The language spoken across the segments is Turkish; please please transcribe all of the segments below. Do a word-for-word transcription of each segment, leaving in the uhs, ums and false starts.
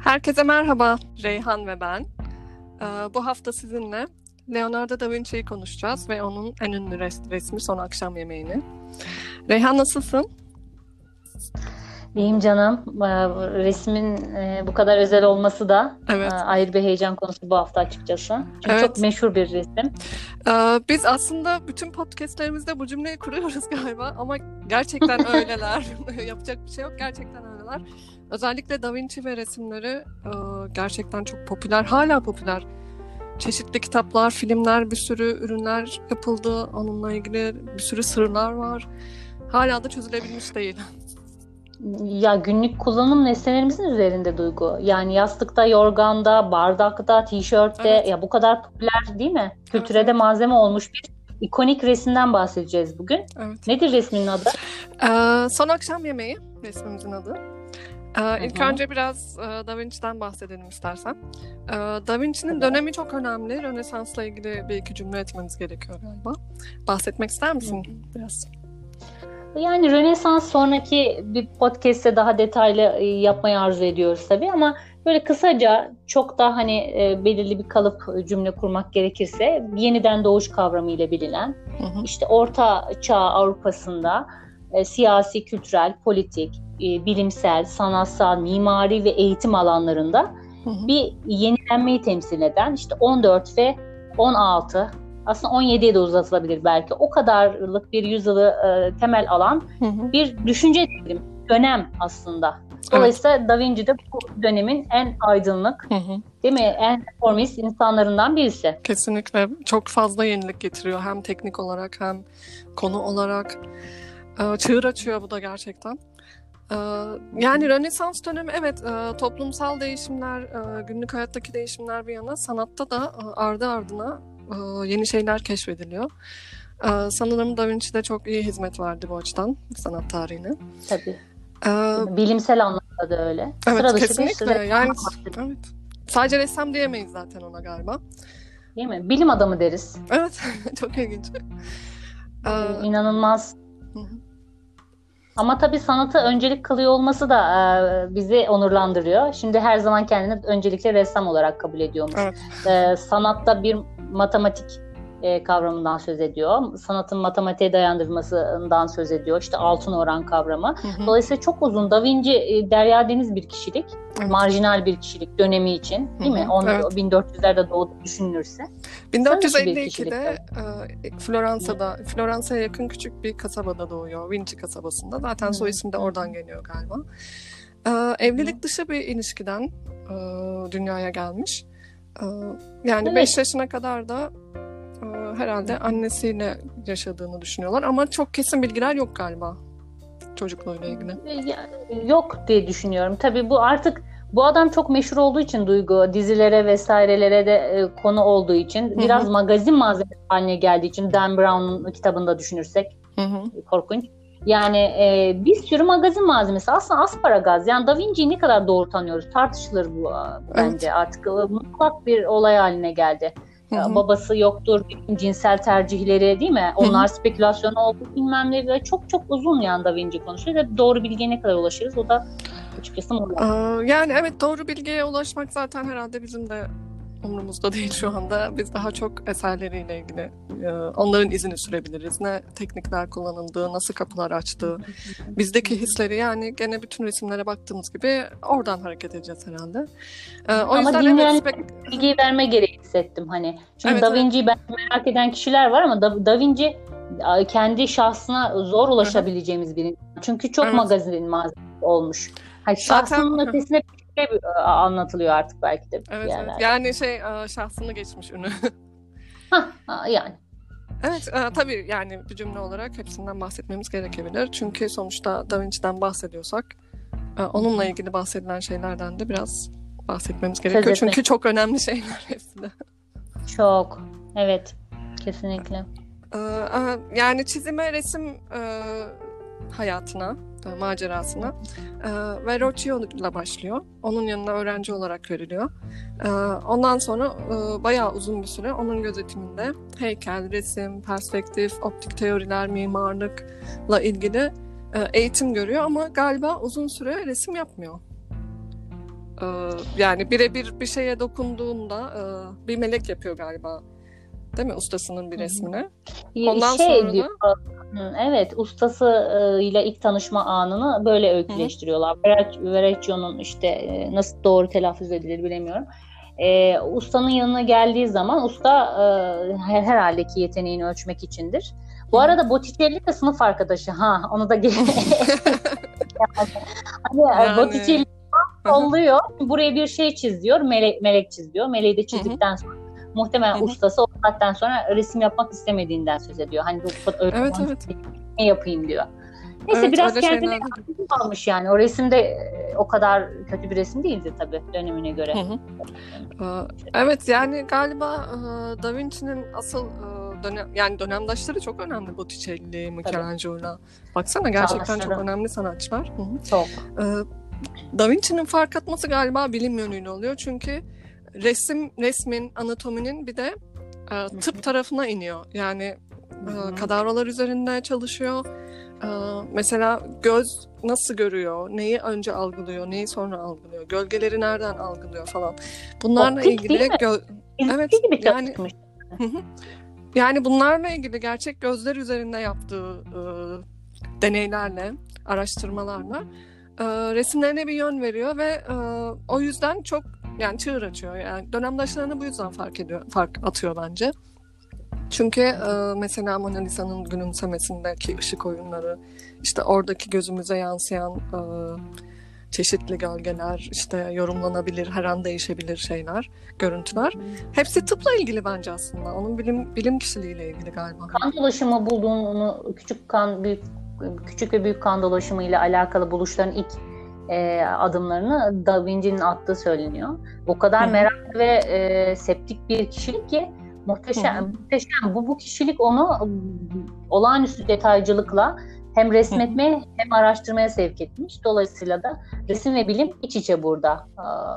Herkese merhaba, Reyhan ve ben. Ee, bu hafta sizinle Leonardo da Vinci'yi konuşacağız ve onun en ünlü res- resmi Son Akşam Yemeğini. Reyhan nasılsın? İyiyim canım. Ee, Resmin e, bu kadar özel olması da e, Evet, ayrı bir heyecan konusu bu hafta açıkçası. Çünkü çok evet. meşhur bir resim. Ee, biz aslında bütün podcastlerimizde bu cümleyi kuruyoruz galiba ama gerçekten öyleler. Yapacak bir şey yok, gerçekten öyleler. Özellikle Da Vinci ve resimleri e, gerçekten çok popüler, hala popüler. Çeşitli kitaplar, filmler, bir sürü ürünler yapıldı. Onunla ilgili bir sürü sırlar var. Hala da çözülebilmiş değil. Ya günlük kullanım nesnelerimizin üzerinde Duygu. Yani yastıkta, yorganda, bardakta, tişörtte Evet, ya bu kadar popüler değil mi? evet, Kültüre de evet, malzeme olmuş bir ikonik resimden bahsedeceğiz bugün. evet. Nedir resmin adı? Ee, Son Akşam Yemeği resmimizin adı. Ee, Hı ilk hı. önce biraz e, Da Vinci'den bahsedelim istersen. Ee, Da Vinci'nin Tabii. dönemi çok önemli. Rönesans'la ilgili bir iki cümle etmemiz gerekiyor galiba. Bahsetmek ister Hı. misin biraz? Yani Rönesans sonraki bir podcast'te daha detaylı e, yapmayı arzu ediyoruz tabii ama böyle kısaca çok da hani e, belirli bir kalıp e, cümle kurmak gerekirse yeniden doğuş kavramı ile bilinen Hı hı, işte Orta Çağ Avrupa'sında e, siyasi, kültürel, politik, e, bilimsel, sanatsal, mimari ve eğitim alanlarında hı hı, bir yenilenmeyi temsil eden işte on dört ve on altı, aslında on yediye de uzatılabilir belki. O kadarlık bir yüzyılı e, temel alan hı hı. bir düşünce diyelim, dönem aslında. Evet. Dolayısıyla Da Vinci de bu dönemin en aydınlık, Hı hı. değil mi? En reformist insanlarından birisi. Kesinlikle çok fazla yenilik getiriyor hem teknik olarak hem konu olarak. Ee, çığır açıyor bu da gerçekten. Ee, yani Rönesans dönemi evet e, toplumsal değişimler, e, günlük hayattaki değişimler bir yana sanatta da e, ardı ardına e, yeni şeyler keşfediliyor. E, sanırım Da Vinci de çok iyi hizmet verdi bu açıdan sanat tarihine. Tabii. E, Değil mi? Bilimsel anlamda da öyle. evet Sıra dışı bir kesinlikle yani ressam, evet. Sadece ressam diyemeyiz zaten ona galiba. değil mi? Bilim adamı deriz. Evet çok ilginç. E, Ee, inanılmaz. hı hı, Ama tabii sanatı öncelik kılıyor olması da e, bizi onurlandırıyor. Şimdi her zaman kendini öncelikle ressam olarak kabul ediyormuş. evet. E, sanatta bir matematik e, kavramından söz ediyor. Sanatın matematiğe dayandırmasından söz ediyor. İşte altın oran kavramı. Hı hı, Dolayısıyla çok uzun. Da Vinci e, derya deniz bir kişilik. evet. Marjinal bir kişilik dönemi için, Hı değil mi? hı, On, evet. bin dört yüzlerde doğdu düşünülürse. Sıra dışı bir kişilik tabii. bin dört yüz elli ikide e, Floransa'da, Floransa'ya yakın küçük bir kasabada doğuyor. Vinci kasabasında. Zaten soy Hı isim de hı, oradan geliyor galiba. E, hı. evlilik dışı bir ilişkiden e, dünyaya gelmiş. E, yani beş Evet. yaşına kadar da e, Hı herhalde hı. annesiyle yaşadığını düşünüyorlar. Ama çok kesin bilgiler yok galiba çocukluğuyla ilgili. Ya, yok diye düşünüyorum. Tabii bu artık bu adam çok meşhur olduğu için Duygu, dizilere vesairelere de e, konu olduğu için Hı hı, biraz magazin malzemesi haline geldiği için Dan Brown'un kitabında düşünürsek hı hı. e, korkunç. Yani e, bir sürü magazin malzemesi aslında asparagas. Yani Da Vinci'yi ne kadar doğru tanıyoruz tartışılır bu e, Evet. bence artık e, mutlak bir olay haline geldi. Hı E, hı, babası yoktur, cinsel tercihleri değil mi? hı hı. Onlar spekülasyon oldu bilmem ne ve çok çok uzun yani Da Vinci konuşuyor ve doğru bilgiye ne kadar ulaşırız o da açıkçası Ee, muğlak. yani evet doğru bilgiye ulaşmak zaten herhalde bizim de umurumuzda değil şu anda. Biz daha çok eserleriyle ilgili e, onların izini sürebiliriz. Ne teknikler kullanıldığı, nasıl kapılar açtığı, bizdeki hisleri yani gene bütün resimlere baktığımız gibi oradan hareket edeceğiz herhalde. Ee, o Ama yüzden evet dinleyenlere spek... bilgiyi verme gereği hissettim hani. Çünkü Evet Da evet. Vinci'yi ben merak eden kişiler var ama Da, Da Vinci e, kendi şahsına zor Hı hı. ulaşabileceğimiz biri. Çünkü çok Evet. magazin malzemesi olmuş. Hani Zaten şahsının hı hı. ötesine bir şey e, anlatılıyor artık belki de bir Evet evet. yerlerde. Yani şey e, şahsını geçmiş ünü. Hah, yani. Evet, e, tabii yani bir cümle olarak hepsinden bahsetmemiz gerekebilir. Çünkü sonuçta Da Vinci'den bahsediyorsak e, Hı onunla hı. ilgili bahsedilen şeylerden de biraz bahsetmemiz Söz gerekiyor. etmek Çünkü çok önemli şeyler hepsi de. çok. Evet. Kesinlikle. E, e, yani çizime, resim e, hayatına, e, macerasına e, Verrocchio'yla başlıyor. Onun yanına öğrenci olarak veriliyor. E, ondan sonra e, bayağı uzun bir süre onun gözetiminde heykel, resim, perspektif, optik teoriler, mimarlıkla ilgili e, eğitim görüyor ama galiba uzun süre resim yapmıyor. Ee, yani birebir bir şeye dokunduğunda e, bir melek yapıyor galiba. Değil mi? Ustasının bir resmine. Ondan şey sonra diyor, da evet, ustasıyla ilk tanışma anını böyle öyküleştiriyorlar. Verrocchio'nun işte e, nasıl doğru telaffuz edilir bilemiyorum. E, ustanın yanına geldiği zaman usta e, her herhaldeki yeteneğini ölçmek içindir. Bu Hı. arada Botticelli de sınıf arkadaşı. Ha, onu da hani Yani. Botticelli oluyor. Buraya bir şey çiz diyor. Melek, melek çiz diyor. Meleği de çizdikten sonra muhtemelen Hı hı. ustası o saatten sonra resim yapmak istemediğinden söz ediyor. Hani bu öyle Evet, evet. ne yapayım diyor. Neyse, Evet, biraz öyle kendine şeyler de- almış yani. O resimde e, o kadar kötü bir resim değildi tabii dönemine göre. Hı hı. Ee, Evet, yani galiba e, Da Vinci'nin asıl e, dönem yani dönemdaşları çok önemli. Botticelli, Michelangelo'la. Baksana, gerçekten çok Çağdaşları. önemli sanatçılar. Hı hı. Çok. Ee, Da Vinci'nin fark atması galiba bilim yönüyle oluyor. Çünkü resim, resmin, anatominin bir de e, tıp tarafına iniyor. Yani e, kadavralar üzerinde çalışıyor. E, mesela göz nasıl görüyor, neyi önce algılıyor, neyi sonra algılıyor, gölgeleri nereden algılıyor falan. Bunlarla Optik ilgili değil mi? gö- Fizikçi evet, gibi yani çalışmış. hı hı. Yani bunlarla ilgili gerçek gözler üzerinde yaptığı e, deneylerle, araştırmalarla e, resimlerine bir yön veriyor ve e, o yüzden çok yani çığır açıyor. Yani dönemdaşlarını bu yüzden fark ediyor, fark atıyor bence. Çünkü e, mesela Mona Lisa'nın gülümsemesindeki ışık oyunları, işte oradaki gözümüze yansıyan e, çeşitli gölgeler, işte yorumlanabilir, her an değişebilir şeyler, görüntüler. Hepsi tıpla ilgili bence aslında. Onun bilim bilim kişiliğiyle ilgili galiba. Kan dolaşımı bulduğunu, küçük kan büyük küçük ve büyük kan dolaşımı ile alakalı buluşların ilk e, adımlarını Da Vinci'nin attığı söyleniyor. O kadar Hı hı. meraklı ve e, septik bir kişilik ki muhteşem. Hı hı. muhteşem. Bu bu kişilik onu olağanüstü detaycılıkla hem resmetmeye hem araştırmaya sevk etmiş. Dolayısıyla da resim ve bilim iç içe burada.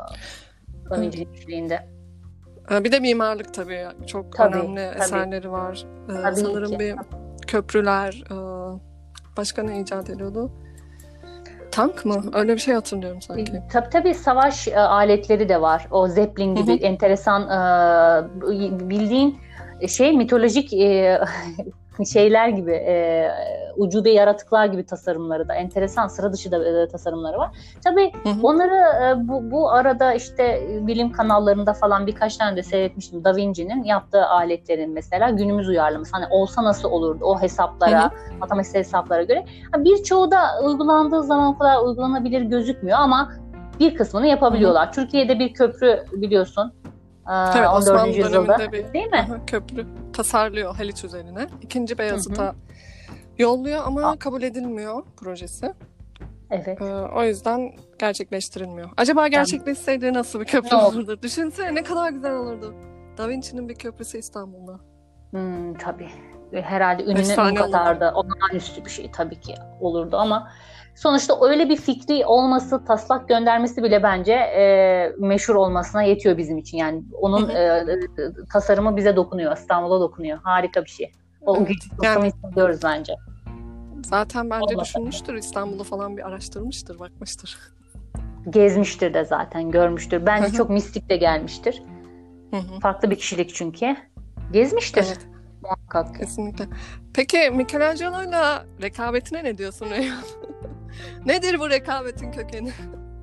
Da Vinci'nin kişiliğinde. Bir de mimarlık tabii. Çok Tabii, önemli tabii. eserleri var. Ee, Tabii sanırım ki. bir köprüler, e, başka ne icat ediyordu? Tank mı? Öyle bir şey hatırlıyorum sanki. Tabii tabii, savaş e, aletleri de var. O Zeppelin gibi Hı hı. enteresan e, bildiğin şey mitolojik e, şeyler gibi e, ucube yaratıklar gibi tasarımları da enteresan, sıra dışı da e, tasarımları var. Tabii Hı hı. onları e, bu, bu arada işte bilim kanallarında falan birkaç tane de seyretmiştim. Da Vinci'nin yaptığı aletlerin mesela günümüz uyarlaması. Hani olsa nasıl olurdu o hesaplara, Hı hı. matematiksel hesaplara göre. Birçoğu da uygulandığı zaman o kadar uygulanabilir gözükmüyor ama bir kısmını yapabiliyorlar. Hı hı. Türkiye'de bir köprü biliyorsun. Evet, on dördüncü Osmanlı yüzyılda, döneminde bir değil mi? aha, köprü tasarlıyor Haliç üzerine. İkinci Beyazıt'a Hı hı. yolluyor ama Aa. kabul edilmiyor projesi. Evet. Ee, o yüzden gerçekleştirilmiyor. Acaba gerçekleşseydi nasıl bir köprü Ne olurdu? Düşünsene, ne kadar güzel olurdu. Da Vinci'nin bir köprüsü İstanbul'da. Hmm, tabii. Herhalde ününü Efsane ün katardı. Olağanüstü bir şey tabii ki olurdu ama sonuçta öyle bir fikri olması, taslak göndermesi bile bence e, meşhur olmasına yetiyor bizim için. Yani onun Hı hı. e, tasarımı bize dokunuyor, İstanbul'a dokunuyor. Harika bir şey. O Evet, güçlü yani hissediyoruz bence. zaten bence Olmasa. düşünmüştür, İstanbul'u falan bir araştırmıştır, bakmıştır. Gezmiştir de zaten, görmüştür. Bence Hı hı. çok mistik de gelmiştir. Hı hı. Farklı bir kişilik çünkü. Gezmiştir. Evet, Muhakkak ki. kesinlikle. Peki Michelangelo'yla rekabetine ne diyorsun Reyhan? Nedir bu rekabetin kökeni?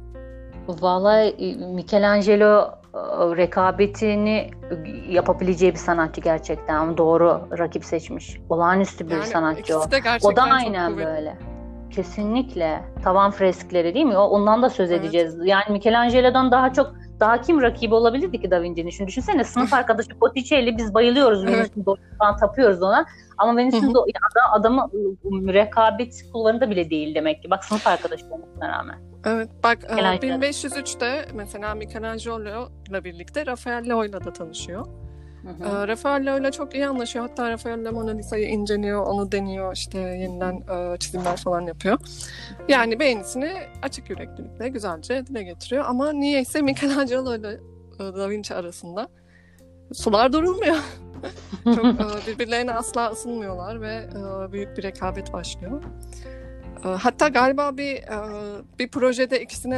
Vallahi Michelangelo e, rekabetini yapabileceği bir sanatçı gerçekten. Doğru rakip seçmiş. Olağanüstü bir Yani sanatçı o. ikisi de O da gerçekten çok aynen kuvvetli. böyle. Kesinlikle. Tavan freskleri değil mi? O- Ondan da söz Evet. edeceğiz. Yani Michelangelo'dan daha çok daha kim rakibi olabilirdi ki Da Vinci'nin? Şimdi düşünsene, sınıf arkadaşı Botticelli, biz bayılıyoruz. Evet. Venüs'ün doğuşundan tapıyoruz ona. Ama Hı Venüs'ün hı. do- adam, adamı rekabet kulvarında bile değil demek ki. Bak, sınıf arkadaşı olmasına rağmen. Evet, bak e, Michelangelo. bin beş yüz üçte mesela Michelangelo'yla birlikte Raffaello'yla da tanışıyor. Hı hı. E, Raffaello'yla çok iyi anlaşıyor. Hatta Raffaello Mona Lisa'yı inceliyor, onu deniyor, işte yeniden e, çizimler falan yapıyor. Yani beğenisini açık yüreklilikle güzelce dile getiriyor. Ama niyeyse Michelangelo'yla e, Da Vinci arasında sular durulmuyor. Çok e, birbirlerine asla ısınmıyorlar ve e, büyük bir rekabet başlıyor. E, hatta galiba bir e, bir projede ikisine de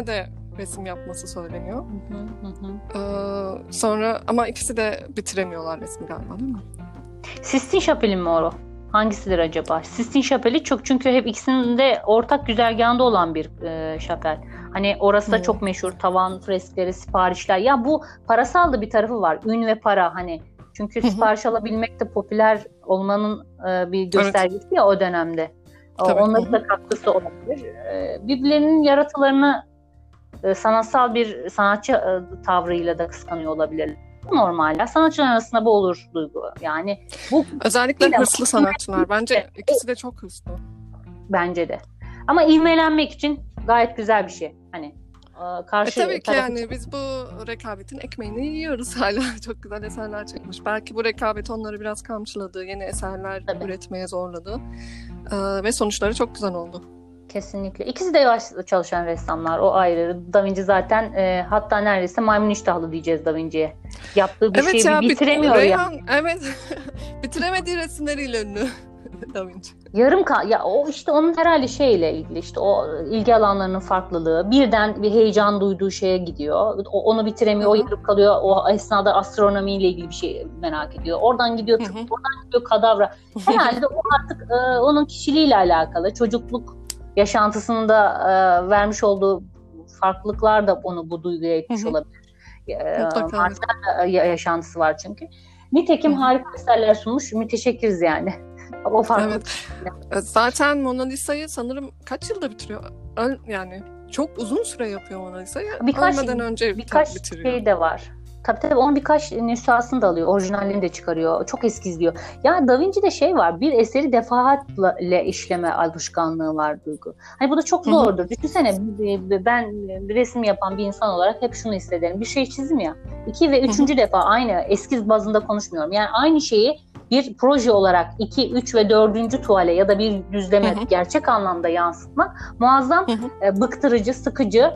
resim yapması söyleniyor. Hı hı hı. Ee, sonra ama ikisi de bitiremiyorlar resmi galiba, değil mi? Sistine Chapel'i mi o? Hangisidir acaba? Sistine Chapel'i çok, çünkü hep ikisinin de ortak güzergahında olan bir e, şapel. Hani orası da Hmm. çok meşhur. Tavan freskleri, siparişler. Ya bu parasal da bir tarafı var. Ün ve para hani. Çünkü sipariş alabilmek de popüler olmanın e, bir göstergesi evet. ya o dönemde. Tabii. Onların da katkısı olabilir. E, birbirlerinin yaratılarını e, sanatsal bir sanatçı e, tavrıyla da kıskanıyor olabilirler. Normal. Sanatçılar arasında bu olur Duygu. Yani bu özellikle hırslı sanatçılar. Bence ikisi de çok hırslı. Bence de. Ama ivmelenmek için gayet güzel bir şey. Hani karşı e tabii ki yani için. biz bu rekabetin ekmeğini yiyoruz hala. Çok güzel eserler çıkmış. Belki bu rekabet onları biraz kamçıladı. Yeni eserler tabii. üretmeye zorladı. Ee, ve sonuçları çok güzel oldu. Kesinlikle. İkisi de yavaş çalışan ressamlar. O ayrı. Da Vinci zaten e, hatta neredeyse maymun iştahlı diyeceğiz Da Vinci'ye. Yaptığı bir evet şeyi ya, bitiremiyor ya. Reyhan, evet. Bitiremediği resimleriyle ünlü Da Vinci. Yarım kal ya o işte onun herhalde şeyle ilgili işte o ilgi alanlarının farklılığı, birden bir heyecan duyduğu şeye gidiyor. O, onu bitiremiyor, Hı-hı. o yarım kalıyor. O esnada astronomiyle ilgili bir şey merak ediyor. Oradan gidiyor tıp, oradan gidiyor kadavra. Herhalde o artık e, onun kişiliğiyle alakalı. Çocukluk yaşantısında e, vermiş olduğu farklılıklar da onu bu duyguya etmiş Hı-hı. olabilir. E, Marsilya'da yaşantısı var çünkü. Nitekim Hı-hı. harika eserler sunmuş. Müteşekkiriz yani. O farklı. Evet. Zaten Mona Lisa'yı sanırım kaç yılda bitiriyor? Yani çok uzun süre yapıyor Mona Lisa'yı. Birkaç, Ölmeden önce birkaç bitiriyor. şey de var. Tabii tabii onun birkaç nüshasını da alıyor. Orijinallerini de çıkarıyor. Çok eskizliyor. Yani Da Vinci'de şey var. Bir eseri defaatle işleme alışkanlığı var Duygu. Hani bu da çok zordur. Hı-hı. Düşünsene ben bir resim yapan bir insan olarak hep şunu hissederim. Bir şey çizdim ya. İki ve üçüncü Hı-hı. defa aynı eskiz bazında konuşmuyorum. Yani aynı şeyi bir proje olarak iki, üç ve dördüncü tuvale ya da bir düzleme Hı-hı. gerçek anlamda yansıtmak muazzam Hı-hı. bıktırıcı, sıkıcı,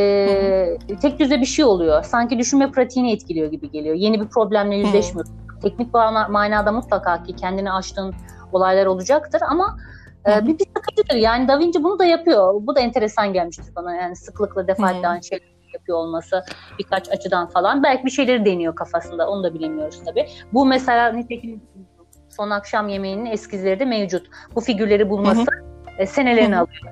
e, tek düze bir şey oluyor. Sanki düşünme pratiğini etkiliyor gibi geliyor. Yeni bir problemle yüzleşmiyorsun. Hı-hı. Teknik manada mutlaka ki kendini aştığın olaylar olacaktır ama e, bir, bir sıkıcıdır. Yani Da Vinci bunu da yapıyor. Bu da enteresan gelmiştir bana. Yani sıklıkla defaatle aynı şeyler yapıyor olması birkaç açıdan falan. Belki bir şeyleri deniyor kafasında. Onu da bilemiyoruz tabii. Bu mesela nitekim Son Akşam Yemeği'nin eskizleri de mevcut. Bu figürleri bulması e, senelerini Hı-hı. alıyor.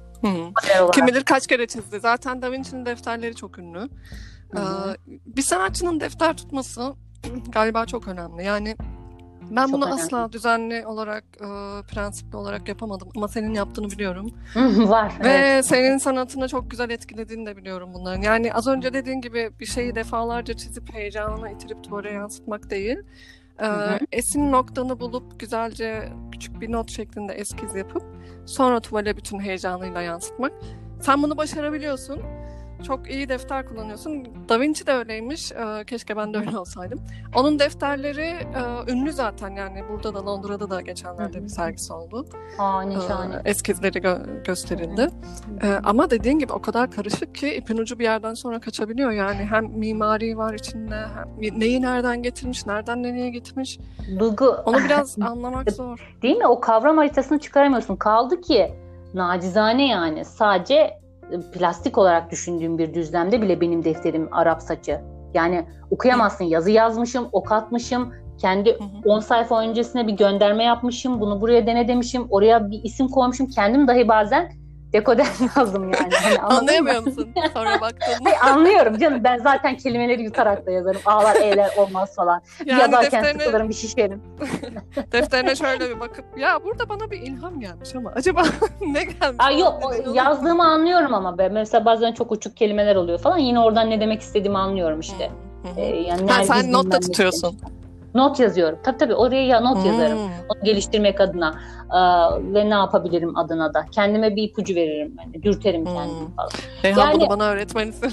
Hı-hı. Kim bilir kaç kere çizdi. Zaten Da Vinci'nin defterleri çok ünlü. Ee, bir sanatçının defter tutması galiba çok önemli. Yani ben çok bunu önemli. Asla düzenli olarak, e, prensipli olarak yapamadım. Ama senin yaptığını biliyorum. Var. Ve evet. senin sanatını çok güzel etkilediğini de biliyorum bunların. Yani az önce dediğin gibi bir şeyi defalarca çizip heyecanına itirip duvara yansıtmak değil. Ee, esin noktanı bulup güzelce küçük bir not şeklinde eskiz yapıp sonra tuvale bütün heyecanıyla yansıtmak. Sen bunu başarabiliyorsun. Çok iyi defter kullanıyorsun. Da Vinci de öyleymiş. Ee, keşke ben de öyle olsaydım. Onun defterleri e, ünlü zaten. Yani burada da Londra'da da geçenlerde bir sergisi oldu. Aa, ne şahane. Ee, eskizleri gö- gösterildi. Ee, ama dediğin gibi o kadar karışık ki ipin ucu bir yerden sonra kaçabiliyor. Yani hem mimari var içinde, hem neyi nereden getirmiş, nereden nereye gitmiş. Duygu. Onu biraz anlamak zor. Değil mi? O kavram haritasını çıkaramıyorsun. Kaldı ki nacizane yani sadece plastik olarak düşündüğüm bir düzlemde bile benim defterim Arap saçı. Yani okuyamazsın. Yazı yazmışım, ok atmışım. Kendi on sayfa öncesine bir gönderme yapmışım. Bunu buraya dene demişim. Oraya bir isim koymuşum. Kendim dahi bazen dekode yazdım yani. Hani anlayamıyor musun? Sonra baktığında. Hayır, anlıyorum canım. Ben zaten kelimeleri yutarak da yazarım. A'lar, E'ler olmaz falan. Yani yazarken defterine... sıkılırım, bir şişerim. Defterine şöyle bir bakıp ya burada bana bir ilham gelmiş ama acaba ne gelmiş? Aa, yok o, yazdığımı anlıyorum ama ben mesela bazen çok uçuk kelimeler oluyor falan. Yine oradan ne demek istediğimi anlıyorum işte. Ee, yani ha, sen not da tutuyorsun. Istemiştim. Not yazıyorum. Tabii tabii oraya not hmm. yazarım. Onu geliştirmek adına ee, ve ne yapabilirim adına da. Kendime bir ipucu veririm. Yani, dürterim hmm. kendimi falan. Reyhan yani, bunu bana öğretmelisin.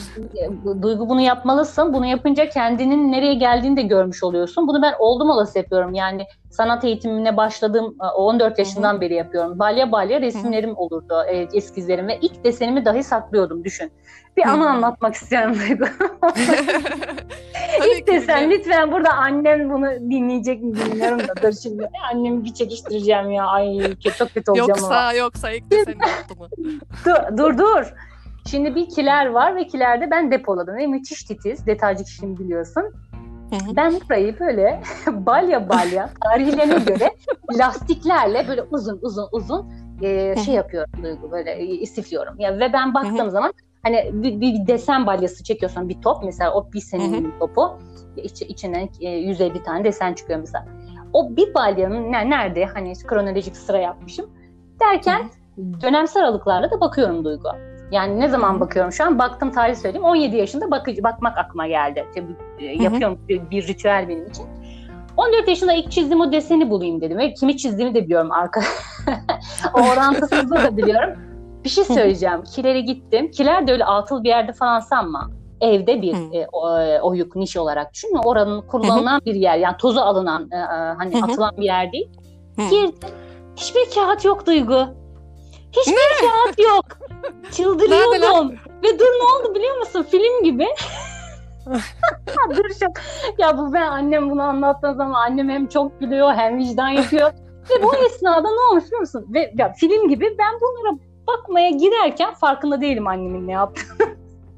Duygu bunu yapmalısın. Bunu yapınca kendinin nereye geldiğini de görmüş oluyorsun. Bunu ben oldum olası yapıyorum. Yani sanat eğitimine başladığım on dört yaşından hmm. beri yapıyorum. Balya balya resimlerim hmm. olurdu. E, eskizlerim ve ilk desenimi dahi saklıyordum düşün. Bir hmm. anı anlatmak istiyorum Duygu. İlk desen lütfen burada annem bunu dinleyecek mi bilmiyorum da dur şimdi annemi bir çekiştireceğim ya ay çok kötü olacağım yoksa ama. Yoksa ilk deseni yaptı mı? dur dur dur Şimdi bir kiler var ve kilerde ben depoladım ve müthiş titiz. Detaycı kişinin biliyorsun. Hı-hı. Ben burayı böyle balya balya tarihlerine göre lastiklerle böyle uzun uzun uzun e, şey yapıyorum Duygu, böyle e, istifliyorum. Ya, ve ben baktığım Hı-hı. zaman hani bir, bir desen balyası çekiyorsan bir top, mesela o bir senenin Hı-hı. topu, İç, içinden e, yüz elli tane desen çıkıyor mesela. O bir balyanın ne, nerede hani kronolojik sıra yapmışım derken Hı-hı. dönemsel aralıklarla da bakıyorum Duygu. Yani ne zaman Hı-hı. bakıyorum şu an? Baktım, tarih söyleyeyim. on yedi yaşında bakıcı, bakmak aklıma geldi. İşte, yapıyorum bir, bir ritüel benim için. on dört yaşında ilk çizdiğim o deseni bulayım dedim. Ve kimi çizdiğimi de biliyorum arka. O orantısızlığı da biliyorum. Bir şey söyleyeceğim. Kilere gittim. Kiler de öyle atıl bir yerde falan sanma. Evde bir e, o, e, oyuk, niş olarak düşün. Oranın kullanılan Hı-hı. bir yer. Yani tozu alınan, e, hani Hı-hı. atılan bir yer değil. Hı-hı. Girdim. Hiçbir kağıt yok Duygu. Hiçbir ne? Kağıt yok. Çıldırıyordum. Ve dur, ne oldu biliyor musun? Film gibi. Dur çok. Ya bu, ben annem bunu anlattığı zaman annem hem çok gülüyor hem vicdan yapıyor. Ve bu esnada ne olmuş biliyor musun? Ve ya, film gibi ben bunlara bakmaya girerken farkında değilim annemin ne yaptığını.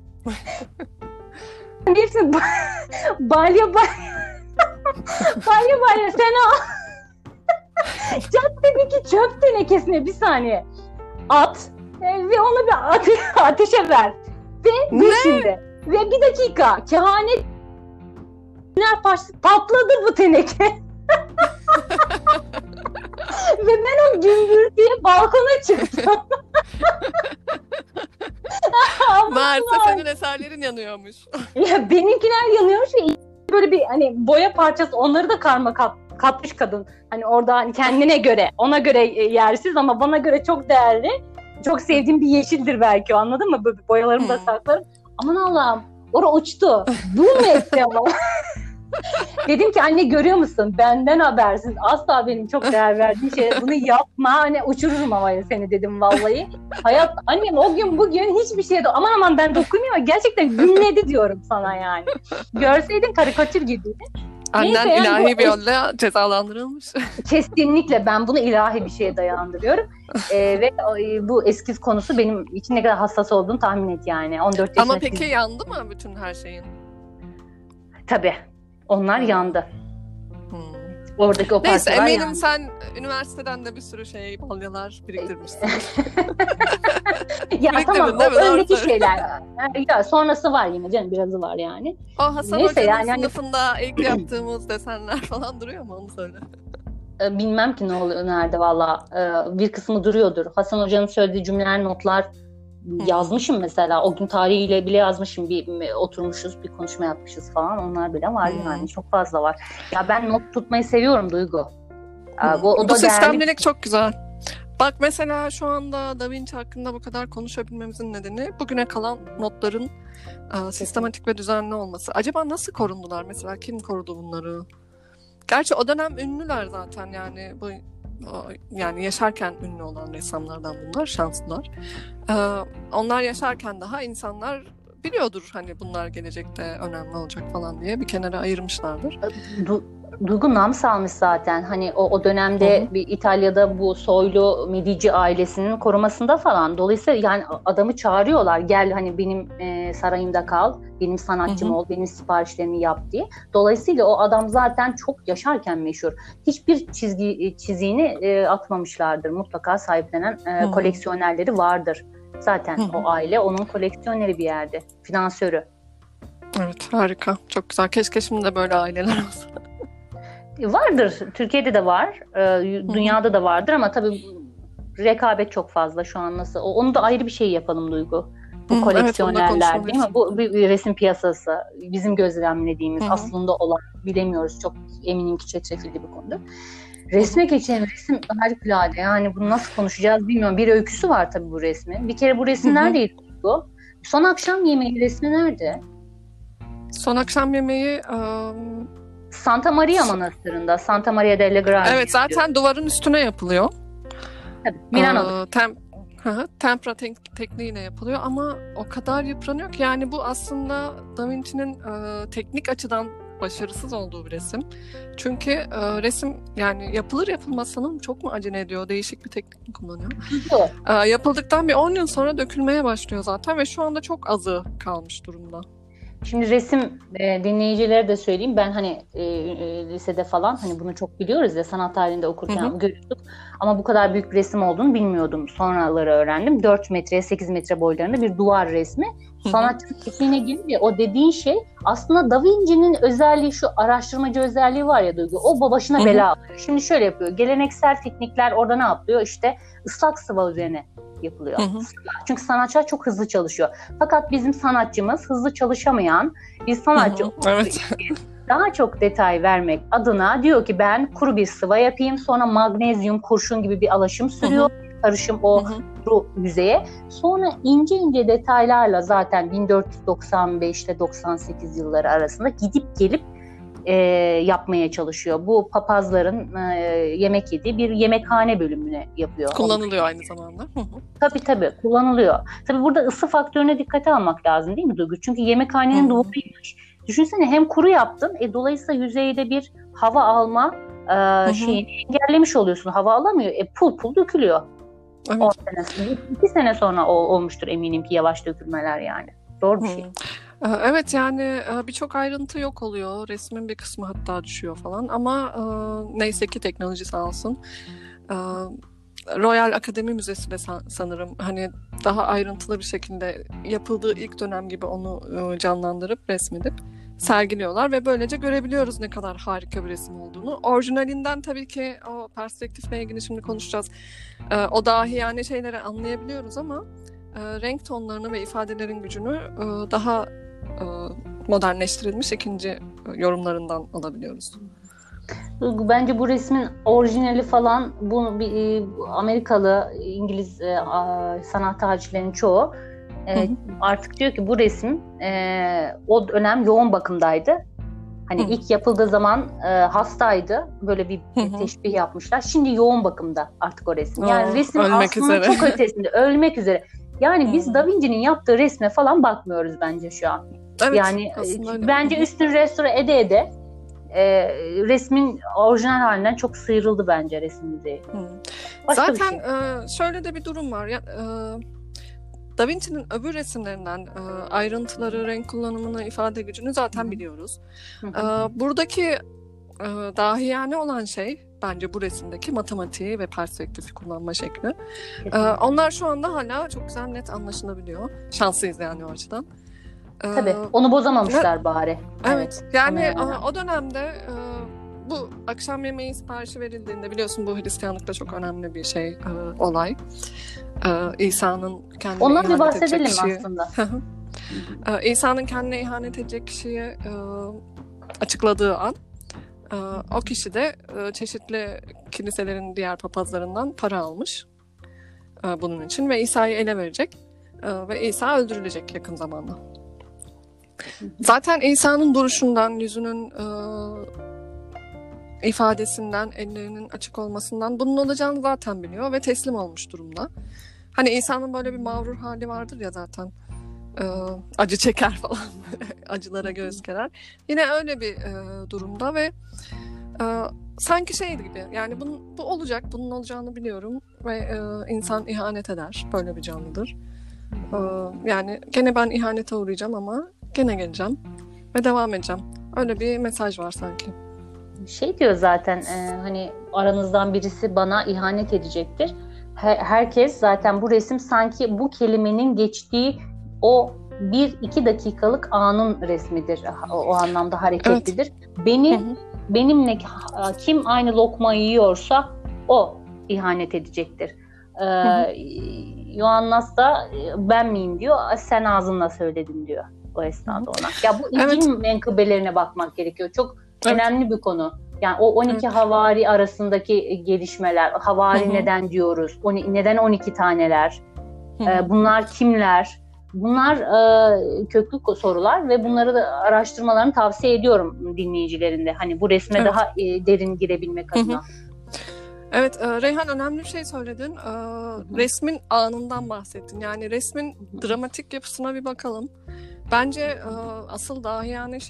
Hepsini balya balya balya balya sen o caddedeki çöp tenekesine bir saniye at ve onu bir ate- ateşe ver. Ve dur şimdi. Ve bir dakika. Kehanet patladı bu teneke. Ve ben o gümbürtüye balkona çıktım. Meğerse senin eserlerin yanıyormuş. Ya benimkiler yanıyormuş ve böyle bir hani boya parçası, onları da karma kat, katmış kadın. Hani orada hani kendine göre, ona göre yersiz ama bana göre çok değerli. Çok sevdiğim bir yeşildir belki o, anladın mı? Böyle boyalarımı da saklarım. Aman Allah'ım, orada uçtu. Bu mu etti ama? Dedim ki anne, görüyor musun? Benden habersiz. Asla benim çok değer verdiğim şey. Bunu yapma. Hani uçururum havaya seni dedim vallahi. Hayat, annem o gün bugün hiçbir şeye de aman aman ben dokunuyor. Gerçekten gümledi diyorum sana yani. Görseydin karikatür gibiydi. Annen Neyse, yani ilahi bir yolla cezalandırılmış. Kesinlikle ben bunu ilahi bir şeye dayandırıyorum. ee, ve e, bu eskiz konusu benim için ne kadar hassas olduğunu tahmin et yani. on dört yaşında. Ama peki siz... yandı mı bütün her şeyin? Tabii. Onlar hmm. yandı. Hmm. Oradaki o Neyse, parçalar eminim yandı. Sen üniversiteden de bir sürü şey, balyalar biriktirmişsin. Ya tamam, o öndeki şeyler. Ya sonrası var yine canım, birazı var yani. O Hasan Neyse, Hoca'nın yani, sınıfında ilk yaptığımız desenler falan duruyor mu, onu söyle. Bilmem ki ne oluyor nerede valla. Bir kısmı duruyordur. Hasan Hoca'nın söylediği cümleler, notlar yazmışım mesela. O gün tarihiyle bile yazmışım. Bir oturmuşuz, bir konuşma yapmışız falan. Onlar bile var hmm. yani. Çok fazla var. Ya ben not tutmayı seviyorum Duygu. Hmm. Bu, o da bu sistemlilik değerli... çok güzel. Bak mesela şu anda Da Vinci hakkında bu kadar konuşabilmemizin nedeni bugüne kalan notların e, sistematik ve düzenli olması. Acaba nasıl korundular mesela? Kim korudu bunları? Gerçi o dönem ünlüler zaten, yani bu yani yaşarken ünlü olan ressamlardan bunlar, şanslılar. Ee, onlar yaşarken daha insanlar biliyordur hani bunlar gelecekte önemli olacak falan diye bir kenara ayırmışlardır. Du- Duygu nam salmış zaten. Hani o, o dönemde Hı-hı. bir İtalya'da bu soylu Medici ailesinin korumasında falan. Dolayısıyla yani adamı çağırıyorlar. Gel hani benim e, sarayımda kal, benim sanatçım Hı-hı. ol, benim siparişlerimi yap diye. Dolayısıyla o adam zaten çok yaşarken meşhur. Hiçbir çizgi çiziğini e, atmamışlardır. Mutlaka sahiplenen e, koleksiyonerleri vardır. Zaten Hı-hı. o aile onun koleksiyoneri bir yerde, finansörü. Evet, harika. Çok güzel. Keşke şimdi de böyle aileler olsa. Vardır. Türkiye'de de var. Dünyada Hı-hı. da vardır ama tabii rekabet çok fazla şu an nasıl. Onu da ayrı bir şey yapalım Duygu. Bu Hı-hı. koleksiyonerler evet, değil mi? Bu bir, bir resim piyasası. Bizim gözlemlediğimiz Hı-hı. aslında olan, bilemiyoruz. Çok eminim ki çetrefilli bir konudur. Resme geçelim. Resim harikulade. Yani bunu nasıl konuşacağız bilmiyorum. Bir öyküsü var tabii bu resmin. Bir kere bu resim Hı-hı. neredeydi Duygu? Son akşam yemeği resmi nerede? Son akşam yemeği... Um... Santa Maria Manastırı'nda. Santa Maria delle Grazie. Evet, zaten diyor. Duvarın üstüne yapılıyor. Tabii, Milano'da. Ee, tem, tempera tek, tekniğiyle yapılıyor ama o kadar yıpranıyor ki yani bu aslında Da Vinci'nin e, teknik açıdan başarısız olduğu bir resim. Çünkü e, resim yani yapılır yapılmaz sanırım çok mu acele ediyor, değişik bir teknik mi kullanıyor? E, yapıldıktan bir on yıl sonra dökülmeye başlıyor zaten ve şu anda çok azı kalmış durumda. Şimdi resim e, dinleyicilere de söyleyeyim. Ben hani e, e, lisede falan hani bunu çok biliyoruz ya, sanat tarihinde okurken Hı hı. görüyorduk. Ama bu kadar büyük bir resim olduğunu bilmiyordum. Sonraları öğrendim. dört metreye sekiz metre boylarında bir duvar resmi. Sanatçının tekniğine gelince o dediğin şey aslında Da Vinci'nin özelliği, şu araştırmacı özelliği var ya Duygu. O başına Hı hı. bela alıyor. Şimdi şöyle yapıyor. Geleneksel teknikler orada ne yapıyor? İşte ıslak sıva üzerine yapılıyor. Hı hı. Çünkü sanatçılar çok hızlı çalışıyor. Fakat bizim sanatçımız hızlı çalışamayan bir sanatçı. Hı hı. Evet. Daha çok detay vermek adına diyor ki ben kuru bir sıva yapayım, sonra magnezyum, kurşun gibi bir alaşım sürüyor. Hı hı. Karışım o Hı hı. kuru yüzeye. Sonra ince ince detaylarla zaten bin dört yüz doksan beş ile doksan sekiz yılları arasında gidip gelip e, yapmaya çalışıyor. Bu papazların e, yemek yediği bir yemekhane bölümüne yapıyor. Kullanılıyor aynı zamanda. Hı hı. Tabii tabii kullanılıyor. Tabii burada ısı faktörüne dikkate almak lazım değil mi Duygu? Çünkü yemekhanenin duvarıymış. Düşünsene, hem kuru yaptın, e, dolayısıyla yüzeyde bir hava alma e, Hı hı. şeyini engellemiş oluyorsun. Hava alamıyor. E, pul pul dökülüyor. Evet. on sene, iki sene sonra o, olmuştur eminim ki yavaş dökülmeler yani. Doğru bir şey. Hı. Evet yani birçok ayrıntı yok oluyor. Resmin bir kısmı hatta düşüyor falan ama neyse ki teknoloji sağ olsun. Royal Akademi Müzesi de sanırım hani daha ayrıntılı bir şekilde yapıldığı ilk dönem gibi onu canlandırıp resmedip sergiliyorlar ve böylece görebiliyoruz ne kadar harika bir resim olduğunu. Orijinalinden tabii ki o perspektifle ilgili şimdi konuşacağız. O dahi yani şeyleri anlayabiliyoruz ama renk tonlarını ve ifadelerin gücünü daha modernleştirilmiş ikinci yorumlarından alabiliyoruz. Bence bu resmin orijinali falan bu bir Amerikalı, İngiliz e, sanat tarihçilerinin çoğu e, artık diyor ki bu resim e, o dönem yoğun bakımdaydı. Hani hı. ilk yapıldığı zaman e, hastaydı. Böyle bir hı hı. teşbih yapmışlar. Şimdi yoğun bakımda artık o resim. Yani oh, resim aslında üzere. Çok ötesinde. Ölmek üzere. Yani hı. biz Da Vinci'nin yaptığı resme falan bakmıyoruz bence şu an. Evet, yani bence hı. üstünü restore ede ede e, resmin orijinal halinden çok sıyrıldı bence resim müzeyi. Zaten şey. e, şöyle de bir durum var. Ya, e, Da Vinci'nin öbür resimlerinden e, ayrıntıları, renk kullanımını, ifade gücünü zaten Hı-hı. biliyoruz. Hı-hı. E, buradaki e, dahiyane olan şey bence bu resimdeki matematiği ve perspektifi kullanma şekli. E, onlar şu anda hala çok güzel, net anlaşılabiliyor. Şanslıyız yani o açıdan. Tabii. Onu bozamamışlar e, bari. Evet. evet. Yani e, o dönemde e, bu akşam yemeği siparişi verildiğinde biliyorsun bu Hristiyanlıkta çok önemli bir şey, e, olay. E, İsa'nın kendine Ondan ihanet bir bahsedelim edecek kişiyi, aslında. e, İsa'nın kendine ihanet edecek kişiyi e, açıkladığı an e, o kişi de e, çeşitli kiliselerin diğer papazlarından para almış e, bunun için ve İsa'yı ele verecek e, ve İsa öldürülecek yakın zamanda. Zaten İsa'nın duruşundan, yüzünün e, ifadesinden, ellerinin açık olmasından bunun olacağını zaten biliyor ve teslim olmuş durumda. Hani İsa'nın böyle bir mağrur hali vardır ya zaten. E, acı çeker falan, acılara göğüs gerer. Yine öyle bir e, durumda ve e, sanki şey gibi, yani bunun, bu olacak, bunun olacağını biliyorum ve e, insan ihanet eder, böyle bir canlıdır. E, yani gene ben ihanete uğrayacağım ama gene geleceğim ve devam edeceğim. Öyle bir mesaj var sanki. Şey diyor zaten e, hani aranızdan birisi bana ihanet edecektir. Her, herkes zaten bu resim sanki bu kelimenin geçtiği o bir iki dakikalık anın resmidir. O, o anlamda hareketlidir. Evet. Beni, hı hı. Benimle kim aynı lokmayı yiyorsa o ihanet edecektir. Ee, hı hı. Yohannas da ben miyim diyor. Sen ağzınla söyledin diyor o esnada ona. Ya bu İncil evet. menkıbelerine bakmak gerekiyor. Çok evet. önemli bir konu. Yani o on iki evet. havari arasındaki gelişmeler, havari Hı-hı. neden diyoruz? Neden on iki taneler? Ee, bunlar kimler? Bunlar e, köklü sorular ve bunları da araştırmalarını tavsiye ediyorum dinleyicilerinde. Hani bu resme evet. daha e, derin girebilmek adına. Hı-hı. Evet, e, Reyhan önemli bir şey söyledin. E, resmin anından bahsettin. Yani resmin Hı-hı. dramatik yapısına bir bakalım. Bence e, asıl dahiyane şey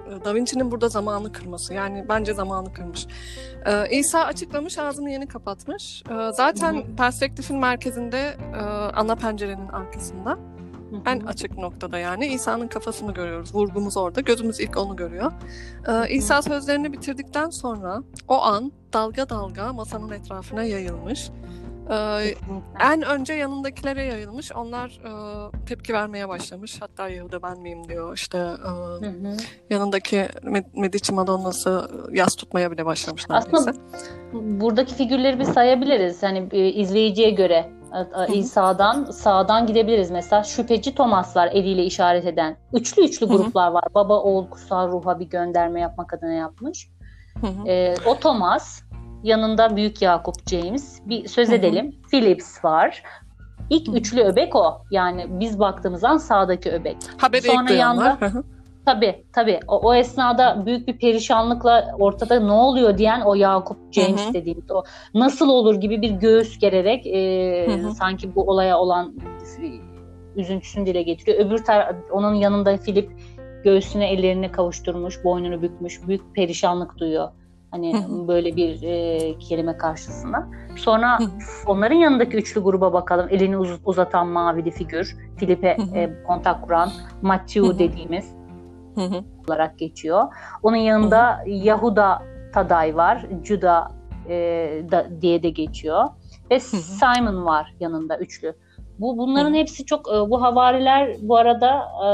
Da Vinci'nin burada zamanı kırması. Yani bence zamanı kırmış. Ee, İsa açıklamış, ağzını yeni kapatmış. Ee, zaten hı hı. perspektifin merkezinde, e, ana pencerenin arkasında. Hı hı. En açık noktada yani İsa'nın kafasını görüyoruz. Vurgumuz orada. Gözümüz ilk onu görüyor. Ee, İsa sözlerini bitirdikten sonra o an dalga dalga masanın etrafına yayılmış. Ee, en önce yanındakilere yayılmış. Onlar e, tepki vermeye başlamış. Hatta Yahuda ben miyim diyor. İşte e, hı hı. yanındaki Medici Madonna'sı yas tutmaya bile başlamışlar. Aslında neyse. Buradaki figürleri bir sayabiliriz. Hani izleyiciye göre İsa'dan sağdan gidebiliriz. Mesela şüpheci Thomaslar eliyle işaret eden. Üçlü üçlü gruplar hı hı. var. Baba, oğul, kutsal ruha bir gönderme yapmak adına yapmış. Hı hı. Ee, o Thomas. Yanında Büyük Yakup James. Bir söz edelim. Hı hı. Philips var. İlk hı hı. üçlü öbek o. Yani biz baktığımızdan sağdaki öbek. Haberi sonra yanda tabii tabii o, o esnada büyük bir perişanlıkla ortada ne oluyor diyen o Yakup James hı hı. dediğimiz o nasıl olur gibi bir göğüs gererek e, hı hı. sanki bu olaya olan üzüntüsünü dile getiriyor. Öbür tar- onun yanında Philip göğsüne ellerini kavuşturmuş, boynunu bükmüş, büyük perişanlık duyuyor. Hani hı-hı. böyle bir e, kelime karşısında. Sonra hı-hı. onların yanındaki üçlü gruba bakalım. Elini uz- uzatan mavili figür. Filip'e e, kontak kuran Matthew dediğimiz hı-hı. olarak geçiyor. Onun yanında hı-hı. Yahuda Taday var. Juda e, da, diye de geçiyor. Ve hı-hı. Simon var yanında üçlü. Bu bunların hı-hı. hepsi çok e, bu havariler bu arada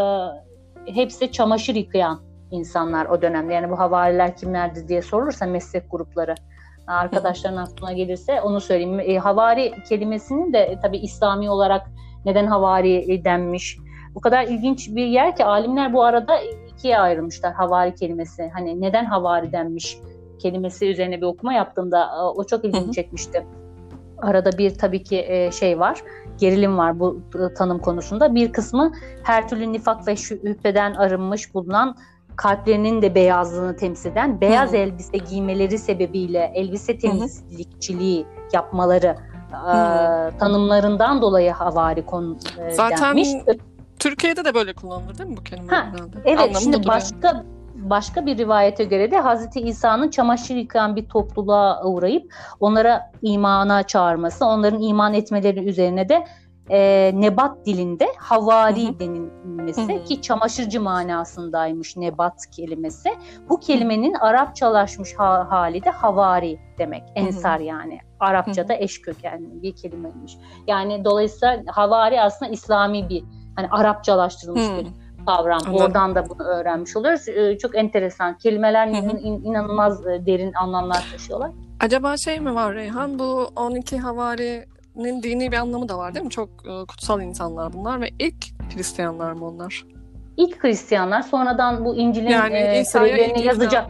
e, hepsi çamaşır yıkayan insanlar o dönemde. Yani bu havariler kimlerdi diye sorulursa meslek grupları arkadaşların aklına gelirse onu söyleyeyim. E, havari kelimesinin de e, tabii İslami olarak neden havari denmiş. Bu kadar ilginç bir yer ki alimler bu arada ikiye ayrılmışlar havari kelimesi. Hani neden havari denmiş kelimesi üzerine bir okuma yaptığımda o çok ilgimi çekmişti. Arada bir tabii ki e, şey var. Gerilim var bu tanım konusunda. Bir kısmı her türlü nifak ve şüpheden arınmış bulunan kalplerinin de beyazlığını temsil eden beyaz Hı-hı. elbise giymeleri sebebiyle elbise temizlikçiliği yapmaları e, tanımlarından dolayı havari konu e, Zaten denmiş. Türkiye'de de böyle kullanılır değil mi bu kelime? Ha, evet Anlamında şimdi duruyor. başka başka bir rivayete göre de Hazreti İsa'nın çamaşır yıkayan bir topluluğa uğrayıp onlara imana çağırması, onların iman etmeleri üzerine de e, nebat dilinde havari hı hı. denilmesi hı hı. ki çamaşırcı manasındaymış nebat kelimesi. Bu kelimenin Arapçalaşmış ha- hali de havari demek. Ensar hı hı. yani. Arapçada hı hı. eş kökenli bir kelimeymiş. Yani dolayısıyla havari aslında İslami bir hani Arapçalaştırılmış hı. bir kavram. Anladım. Oradan da bunu öğrenmiş oluyoruz. Ee, çok enteresan. Kelimeler hı hı. in, inanılmaz derin anlamlar taşıyorlar. Acaba şey mi var Reyhan? Bu on iki havarinin dini bir anlamı da var değil mi? Çok e, kutsal insanlar bunlar ve ilk Hristiyanlar mı onlar? İlk Hristiyanlar sonradan bu İncil'in yani e, sürelerini yazacak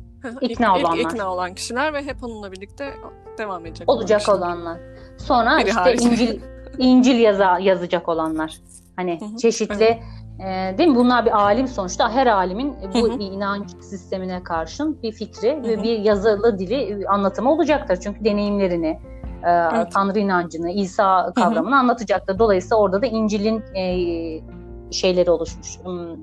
ikna ilk, olanlar. İlk ikna olan kişiler ve hep onunla birlikte devam edecek olacak olan olanlar. Sonra Biri işte hariç. İncil İncil yaza, yazacak olanlar. Hani hı hı. çeşitli evet. e, değil mi? Bunlar bir alim sonuçta. Her alimin bu hı hı. inanç sistemine karşın bir fikri hı hı. ve bir yazılı dili anlatımı olacaktır. Çünkü deneyimlerini, e, evet. Tanrı inancını, İsa kavramını hı hı. anlatacaktır. Dolayısıyla orada da İncil'in e, şeyleri oluşmuş,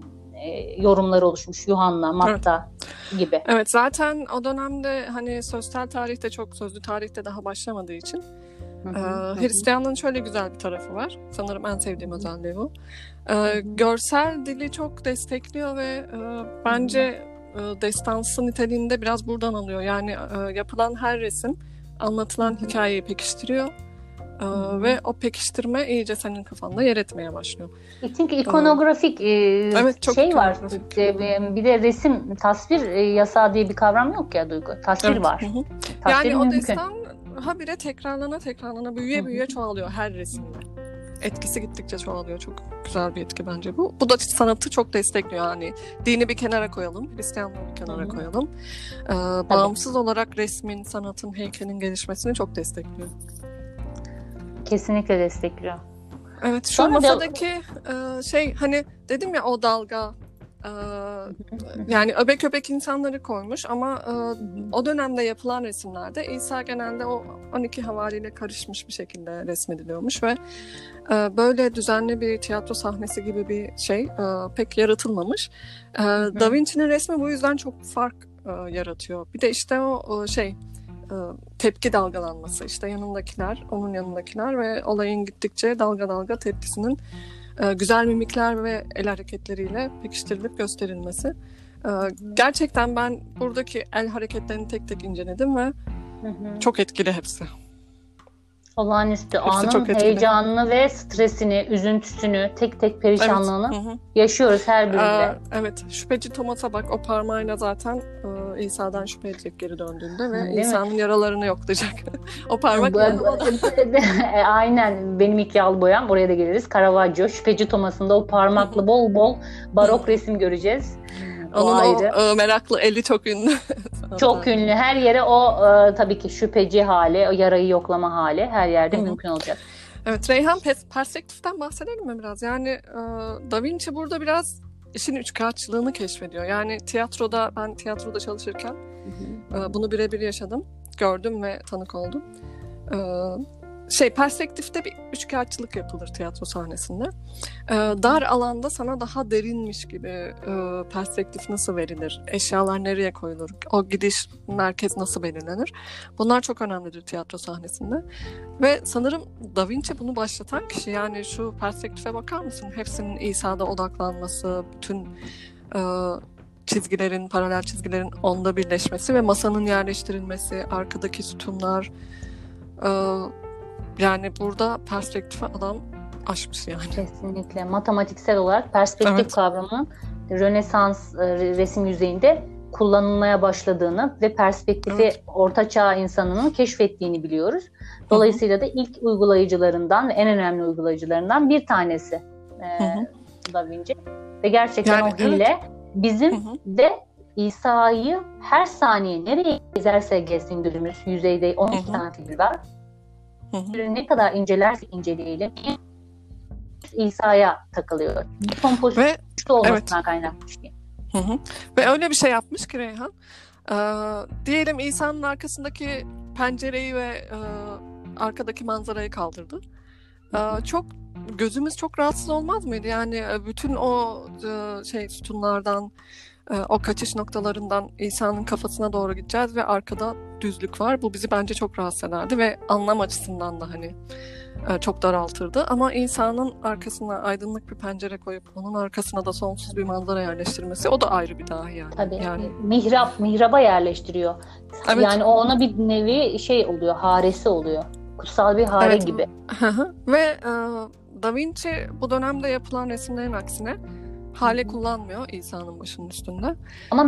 e, yorumları oluşmuş. Yuhanna, Matta evet. gibi. Evet, zaten o dönemde hani sözel tarihte çok sözlü tarihte daha başlamadığı için Hı hı, ee, Hristiyanlığın şöyle güzel bir tarafı var. Sanırım en sevdiğim özelliği bu. Ee, görsel dili çok destekliyor ve e, bence e, destansı niteliğinde biraz buradan alıyor. Yani e, yapılan her resim anlatılan hikayeyi pekiştiriyor. Ee, ve o pekiştirme iyice senin kafanda yer etmeye başlıyor. Çünkü ikonografik e, evet, çok şey var. E, bir de resim, tasvir e, yasağı diye bir kavram yok ya Duygu. Tasvir evet. var. Hı hı. Tasvir yani o mümkün. destan habire tekrarlana tekrarlana büyüye büyüye çoğalıyor her resimde. Etkisi gittikçe çoğalıyor. Çok güzel bir etki bence bu. Bu da sanatı çok destekliyor. Yani dini bir kenara koyalım, Hristiyanlığı bir kenara Hı-hı. koyalım. Ee, bağımsız olarak resmin, sanatın, heykelin gelişmesini çok destekliyor. Kesinlikle destekliyor. Evet, şu Sonra masadaki da... e, şey hani dedim ya o dalga Ee, yani öbek öbek insanları koymuş ama e, o dönemde yapılan resimlerde İsa genelde o on iki havariyle karışmış bir şekilde resmediliyormuş ve e, böyle düzenli bir tiyatro sahnesi gibi bir şey e, pek yaratılmamış. E, Da Vinci'nin resmi bu yüzden çok fark e, yaratıyor. Bir de işte o, o şey e, tepki dalgalanması, işte yanındakiler, onun yanındakiler ve olayın gittikçe dalga dalga tepkisinin güzel mimikler ve el hareketleriyle pekiştirilip gösterilmesi. Gerçekten ben buradaki el hareketlerini tek tek inceledim ve hı hı. çok etkili hepsi. Olağanüstü hepsi anın heyecanını ve stresini, üzüntüsünü, tek tek perişanlığını evet. hı hı. yaşıyoruz her birinde. Ee, evet, şüpheci Thomas'a bak, o parmağıyla zaten e, İsa'dan şüphe edecek geri döndüğünde ve değil İsa'nın mi? Yaralarını yoklayacak. O parmakla. Aynen, benim iki yağlı boyam, oraya da geliriz. Caravaggio, şüpheci Thomas'ın da o parmaklı bol bol barok resim göreceğiz. Onun o, o e, meraklı eli çok ünlü. Çok ünlü. Her yere o e, tabii ki şüpheci hali, o yarayı yoklama hali her yerde Hı-hı. mümkün olacak. Evet, Reyhan perspektiften bahsedelim mi biraz? Yani e, Da Vinci burada biraz işin üçkağıtçılığını keşfediyor. Yani tiyatroda, ben tiyatroda çalışırken e, bunu birebir yaşadım, gördüm ve tanık oldum. E, Şey perspektifte bir üçkağıtçılık yapılır tiyatro sahnesinde. Ee, dar alanda sana daha derinmiş gibi e, perspektif nasıl verilir? Eşyalar nereye koyulur? O gidiş merkez nasıl belirlenir? Bunlar çok önemlidir tiyatro sahnesinde. Ve sanırım Da Vinci bunu başlatan kişi. Yani şu perspektife bakar mısın? Hepsinin İsa'da odaklanması, bütün e, çizgilerin, paralel çizgilerin onda birleşmesi ve masanın yerleştirilmesi, arkadaki sütunlar. E, Yani burada perspektife adam aşmış yani. Kesinlikle. Matematiksel olarak perspektif evet. kavramının Rönesans resim yüzeyinde kullanılmaya başladığını ve perspektifi evet. ortaçağ insanının keşfettiğini biliyoruz. Dolayısıyla Hı-hı. da ilk uygulayıcılarından ve en önemli uygulayıcılarından bir tanesi e, Da Vinci. Ve gerçekten yani, o hile evet. bizim Hı-hı. de İsa'yı her saniye nereye gezerse gezsin gözümüz yüzeyde on iki Hı-hı. tane figür var. Hı hı. Ne kadar incelerse inceleyelim İsa'ya takılıyor. Bu kompozisyon ve, güçlü olmasından evet. kaynaklı. Hı hı. Ve öyle bir şey yapmış ki Reyhan. Ee, diyelim İsa'nın arkasındaki pencereyi ve e, arkadaki manzarayı kaldırdı. Ee, çok gözümüz çok rahatsız olmaz mıydı? Yani bütün o e, şey sütunlardan, e, o kaçış noktalarından İsa'nın kafasına doğru gideceğiz ve arkada düzlük var. Bu bizi bence çok rahatsız ederdi ve anlam açısından da hani e, çok daraltırdı. Ama İsa'nın arkasına aydınlık bir pencere koyup onun arkasına da sonsuz bir manzara yerleştirmesi, o da ayrı bir dahi yani. Tabii. Yani mihrap, mihraba yerleştiriyor. Evet. Yani o ona bir nevi şey oluyor, haresi oluyor. Kutsal bir hare evet. gibi. Ve e, Da Vinci bu dönemde yapılan resimlerin aksine hale kullanmıyor İsa'nın başının üstünde. Ama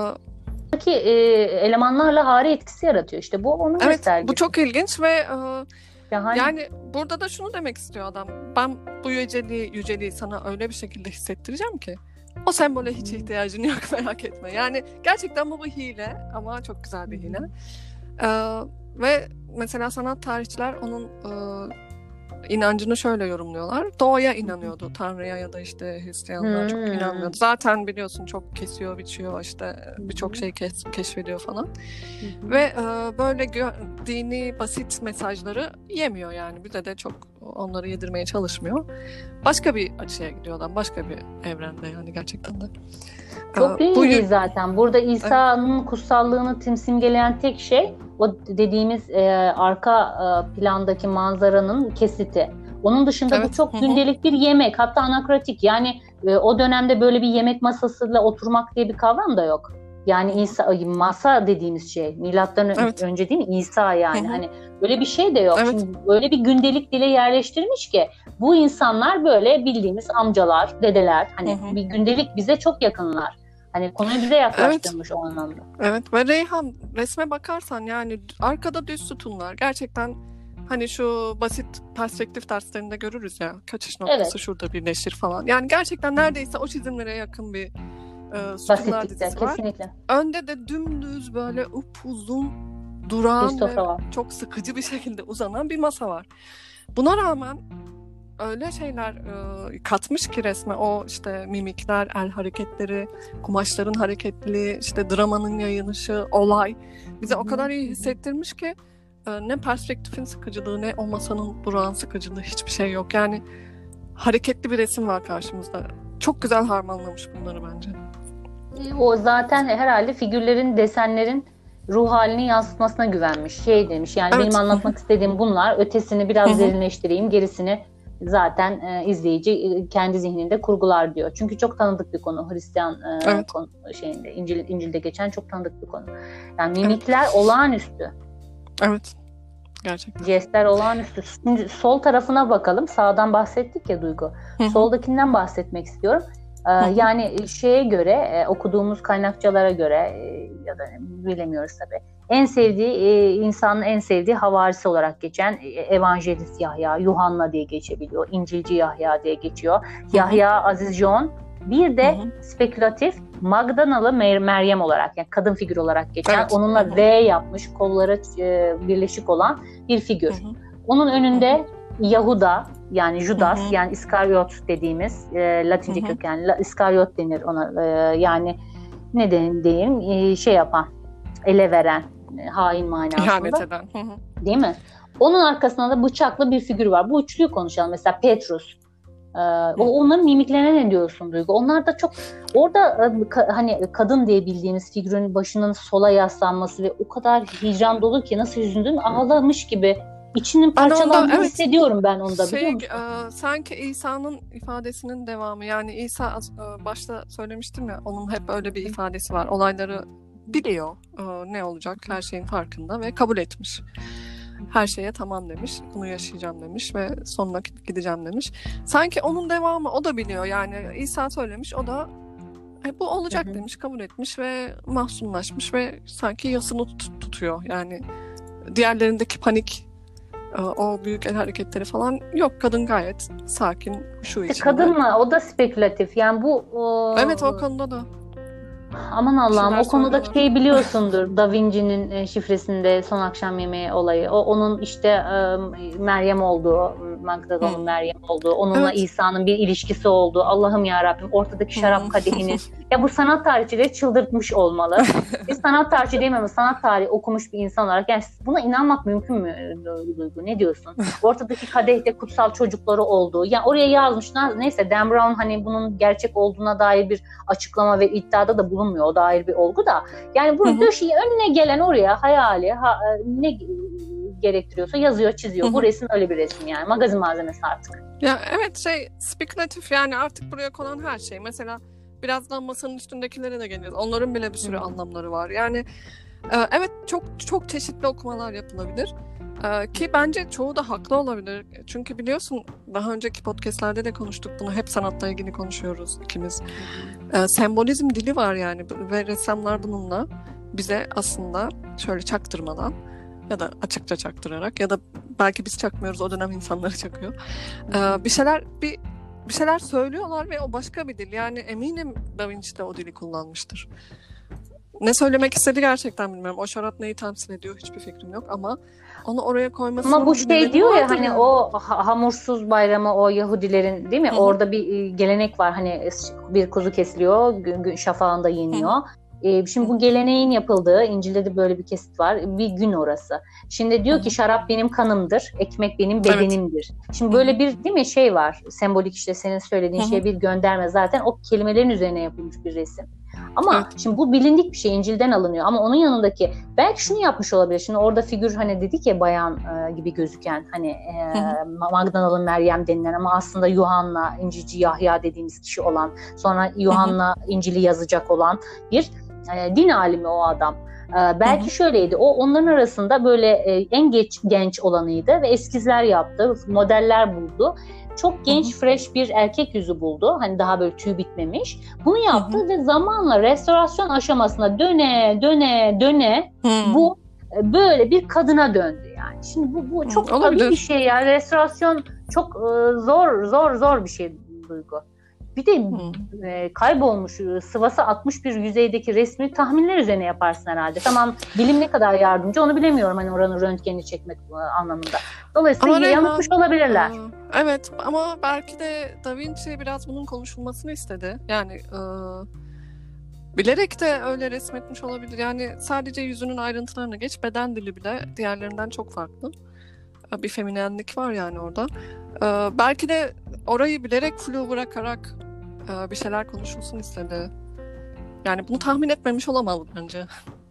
e, ki e, elemanlarla hare etkisi yaratıyor. İşte bu onun evet, göstergesi. Bu çok ilginç ve e, yani, yani burada da şunu demek istiyor adam. Ben bu yüceliği, yüceliği sana öyle bir şekilde hissettireceğim ki o sembole hiç ihtiyacın yok, merak etme. Yani gerçekten bu bir hile ama çok güzel bir hile. E, ve mesela sanat tarihçiler onun e, inancını şöyle yorumluyorlar. Doğaya inanıyordu. Tanrı'ya ya da işte Hristiyanlığa hmm. çok inanmıyordu. Zaten biliyorsun çok kesiyor, biçiyor, işte birçok şey kes, keşfediyor falan. Hmm. Ve e, böyle gö- dini basit mesajları yemiyor yani. Bize de çok onları yedirmeye çalışmıyor. Başka bir açıya gidiyor adam. Başka bir evrende yani gerçekten de. Çok iyi değil zaten. Burada İsa'nın evet. kutsallığını simgeleyen tek şey o dediğimiz e, arka e, plandaki manzaranın kesiti. Onun dışında evet. bu çok gündelik bir yemek. Hatta anakrotik. Yani e, o dönemde böyle bir yemek masasıyla oturmak diye bir kavram da yok. Yani İsa, masa dediğimiz şey. Milattan evet. önce değil mi? İsa yani. Hı-hı. Hani böyle bir şey de yok. Evet. Şimdi böyle bir gündelik dile yerleştirmiş ki bu insanlar böyle bildiğimiz amcalar, dedeler. Hani Hı-hı. bir gündelik bize çok yakınlar. Hani konuyu bize yaklaştırmış evet. o anlamda. Evet ve Reyhan resme bakarsan yani arkada düz sütunlar. Gerçekten hani şu basit perspektif derslerinde görürüz ya. Kaçış noktası evet. şurada birleşir falan. Yani gerçekten neredeyse o çizimlere yakın bir e, sütunlar dizisi var. Kesinlikle. Önde de dümdüz böyle upuzun duran ve çok sıkıcı bir şekilde uzanan bir masa var. Buna rağmen öyle şeyler e, katmış ki resme, o işte mimikler, el hareketleri, kumaşların hareketliliği, işte dramanın yayılışı, olay bize o kadar iyi hissettirmiş ki e, ne perspektifin sıkıcılığı ne o masanın durağan sıkıcılığı, hiçbir şey yok. Yani hareketli bir resim var karşımızda. Çok güzel harmanlamış bunları bence. O zaten herhalde figürlerin, desenlerin ruh halini yansıtmasına güvenmiş. Şey demiş yani, Evet. benim anlatmak istediğim bunlar. Ötesini biraz derinleştireyim. Gerisini zaten e, izleyici e, kendi zihninde kurgular diyor. Çünkü çok tanıdık bir konu. Hristiyan e, Evet. konu, şeyinde, İncil, İncil'de geçen çok tanıdık bir konu. Yani mimikler evet. olağanüstü. Evet. Gerçekten. Jestler olağanüstü. Şimdi sol tarafına bakalım. Sağdan bahsettik ya Duygu. Hı-hı. Soldakinden bahsetmek istiyorum. Ee, yani şeye göre, e, okuduğumuz kaynakçalara göre e, ya da bilemiyoruz tabii. En sevdiği, e, insanın en sevdiği havarisi olarak geçen e, Evangelist Yahya, Yuhanna diye geçebiliyor. İncilci Yahya diye geçiyor. Hı-hı. Yahya Aziz John. Bir de Hı-hı. spekülatif Magdanalı Mer- Meryem olarak, yani kadın figür olarak geçen, evet. onunla Hı-hı. V yapmış, kolları e, birleşik olan bir figür. Hı-hı. Onun önünde Hı-hı. Yahuda, yani Judas, Hı-hı. yani İskaryot dediğimiz e, Latince Hı-hı. kökenli İskaryot denir ona. E, yani ne diyeyim, e, şey yapan, ele veren, e, hain manasında. İhanet eden. Hı-hı. Değil mi? Onun arkasında da bıçaklı bir figür var. Bu üçlüyü konuşalım. Mesela Petrus. Ee, o onların mimiklerine ne diyorsun Duygu? Onlar da çok orada ka, hani kadın diye bildiğimiz figürün başının sola yaslanması ve o kadar hicran dolu ki nasıl yüzünden ağlamış gibi içinin parçalandığını evet, hissediyorum ben onda, şey, biliyor musun? E, sanki İsa'nın ifadesinin devamı. Yani İsa e, başta söylemiştim ya, onun hep öyle bir ifadesi var. Olayları biliyor. E, ne olacak? Her şeyin farkında ve kabul etmiş. Her şeye tamam demiş, bunu yaşayacağım demiş ve sonuna gideceğim demiş. Sanki onun devamı, o da biliyor yani, İsa söylemiş, o da e, bu olacak Hı-hı. demiş, kabul etmiş ve mahzunlaşmış ve sanki yasını tut- tutuyor. Yani diğerlerindeki panik, e, o büyük el hareketleri falan yok. Kadın gayet sakin, şu içinde. Kadın mı? O da spekülatif. Yani bu o... Evet, o konuda da. Aman Allah'ım, o konudaki şeyi biliyorsundur. Da Vinci'nin şifresinde son akşam yemeği olayı. O onun işte e, Meryem olduğu, Magdala'nın hmm. Meryem olduğu, onunla evet. İsa'nın bir ilişkisi olduğu. Allah'ım ya Rabbim, ortadaki şarap hmm. kadehinin. Ya bu sanat tarihçileri çıldırtmış olmalı. Biz sanat tarihi değil mi? Sanat tarihi okumuş bir insan olarak yani buna inanmak mümkün mü Duygu? Ne diyorsun? Ortadaki kadehte kutsal çocukları olduğu. Yani oraya yazmışlar. Neyse, Dan Brown hani bunun gerçek olduğuna dair bir açıklama ve iddiada da bulunmuyor. O da ayrı bir olgu da. Yani bunu döşeyi önüne gelen oraya hayali ha, ne gerektiriyorsa yazıyor, çiziyor. Hı-hı. Bu resim öyle bir resim yani. Magazin malzemesi artık. Ya evet, şey spekülatif yani, artık buraya konan her şey. Mesela birazdan masanın üstündekilere de geleceğiz. Onların bile bir sürü Hı-hı. anlamları var. Yani evet, çok çok çeşitli okumalar yapılabilir. Ki bence çoğu da haklı olabilir. Çünkü biliyorsun, daha önceki podcastlerde de konuştuk bunu. Hep sanatla ilgili konuşuyoruz ikimiz. Ee, sembolizm dili var yani ve ressamlar bununla bize aslında şöyle çaktırmadan ya da açıkça çaktırarak ya da belki biz çakmıyoruz, o dönem insanları çakıyor. Ee, bir şeyler bir bir şeyler söylüyorlar ve o başka bir dil. Yani eminim Da Vinci de o dili kullanmıştır. Ne söylemek istedi gerçekten bilmiyorum. O şarap neyi temsil ediyor hiçbir fikrim yok ama onu oraya koymasının ama bu şey diyor ya hani yani. o hamursuz bayramı, o Yahudilerin değil mi? Hı-hı. Orada bir gelenek var, hani bir kuzu kesiliyor, gün şafağında yeniyor. Ee, şimdi bu geleneğin yapıldığı, İncil'de de böyle bir kesit var, bir gün orası. Şimdi diyor Hı-hı. ki şarap benim kanımdır, ekmek benim bedenimdir. Evet. Şimdi böyle bir değil mi şey var, sembolik, işte senin söylediğin şey bir gönderme, zaten o kelimelerin üzerine yapılmış bir resim. Ama evet. şimdi bu bilindik bir şey, İncil'den alınıyor ama onun yanındaki belki şunu yapmış olabilir. Şimdi orada figür hani dedik ya, bayan e, gibi gözüken hani e, Magdala'lı Meryem denilen ama aslında Yuhanna, İncilci Yahya dediğimiz kişi olan, sonra Yuhanna İncil'i yazacak olan bir e, din alimi o adam. E, belki hı hı. şöyleydi, o onların arasında böyle e, en geç, genç olanıydı ve eskizler yaptı, modeller buldu. Çok genç, Hı-hı. fresh bir erkek yüzü buldu. Hani daha böyle tüy bitmemiş. Bunu yaptı Hı-hı. ve zamanla restorasyon aşamasına döne döne döne Hı-hı. bu böyle bir kadına döndü yani. Şimdi bu, bu çok tabii bir şey ya. Restorasyon çok e, zor zor zor bir şey Duygu. Bir de e, kaybolmuş, sıvası atmış bir yüzeydeki resmi tahminler üzerine yaparsın herhalde. Tamam, bilim ne kadar yardımcı onu bilemiyorum, hani oranın röntgenini çekmek anlamında. Dolayısıyla Ama yanılmış Reyhan, olabilirler. e, evet ama belki de Da Vinci biraz bunun konuşulmasını istedi. Yani e, bilerek de öyle resmetmiş olabilir. Yani sadece yüzünün ayrıntılarına geç, beden dili bile diğerlerinden çok farklı. Bir feminenlik var yani orada. E, belki de orayı bilerek flu bırakarak e, bir şeyler konuşulsun istedi. Yani bunu tahmin etmemiş olamalı bence.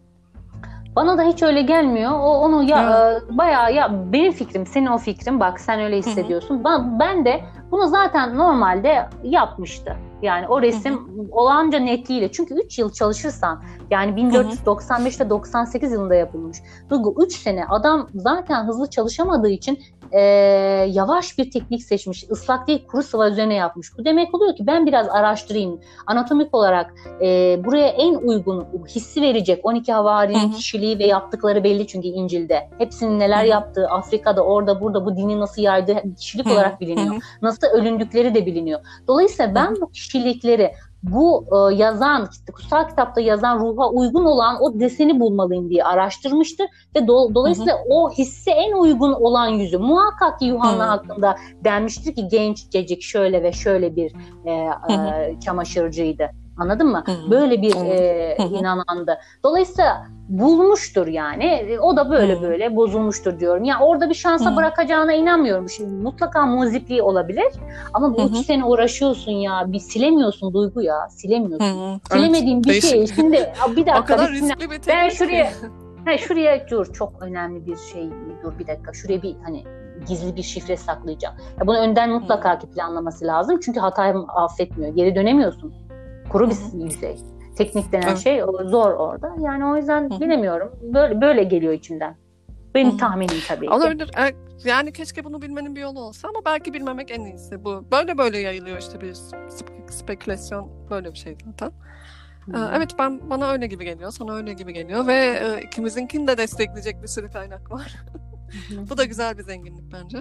Bana da hiç öyle gelmiyor. O onu ya Evet. e, bayağı ya benim fikrim, senin o fikrin bak sen öyle Hı hı. hissediyorsun. Ben, ben de bunu zaten normalde yapmıştı. Yani o resim Hı hı. olanca netliğiyle. Çünkü üç yıl çalışırsan yani bin dört yüz doksan beşte doksan sekiz yılında yapılmış. Duygu üç sene adam zaten hızlı çalışamadığı için e, yavaş bir teknik seçmiş. Islak değil kuru sıva üzerine yapmış. Bu demek oluyor ki ben biraz araştırayım. Anatomik olarak e, buraya en uygun hissi verecek on iki havarinin Hı hı. kişiliği ve yaptıkları belli çünkü İncil'de. Hepsinin neler Hı hı. yaptığı, Afrika'da, orada, burada bu dini nasıl yaydığı kişilik Hı hı. olarak biliniyor. Nasıl ölündükleri de biliniyor. Dolayısıyla ben bu kişilikleri, bu e, yazan, kutsal kitapta yazan ruha uygun olan o deseni bulmalıyım diye araştırmıştır ve do- dolayısıyla Hı hı. o hisse en uygun olan yüzü muhakkak ki Yuhanna Hı. hakkında denmiştir ki gençcecik şöyle ve şöyle bir e, e, çamaşırcıydı. Anladın mı? Hı. Böyle bir Hı. e, Hı hı. inanandı. Dolayısıyla bulmuştur yani. E, O da böyle Hı. böyle bozulmuştur diyorum. Yani orada bir şansa Hı. bırakacağına inanmıyorum. Şimdi mutlaka muzipliği olabilir. Ama bu Hı üç hı. sene uğraşıyorsun ya. Bir silemiyorsun Duygu ya. Silemiyorsun. Hı. Evet, Silemediğin bir şey. değişik. Şimdi a, bir O dakika. kadar Bir sinir- riskli bir ben teknik şuraya ki. he, şuraya dur. Çok önemli bir şey. Dur bir dakika. Şuraya bir hani gizli bir şifre saklayacağım. Ya bunu önden mutlaka ki planlaması lazım. Çünkü hatayı affetmiyor. Geri dönemiyorsun. Kuru Hı bir hı. yüzey. Teknik denen Evet. şey o zor orada. Yani o yüzden Hı hı. bilemiyorum. Böyle böyle geliyor içimden. Benim Hı hı. tahminim tabii ki. Olabilir. E, Yani keşke bunu bilmenin bir yolu olsa ama belki bilmemek en iyisi bu. Böyle böyle yayılıyor işte bir spe- spekülasyon böyle bir şey zaten. Hı E, hı. Evet ben bana öyle gibi geliyor, sana öyle gibi geliyor ve e, ikimizinkini de destekleyecek bir sürü kaynak var. Hı hı. Bu da güzel bir zenginlik bence.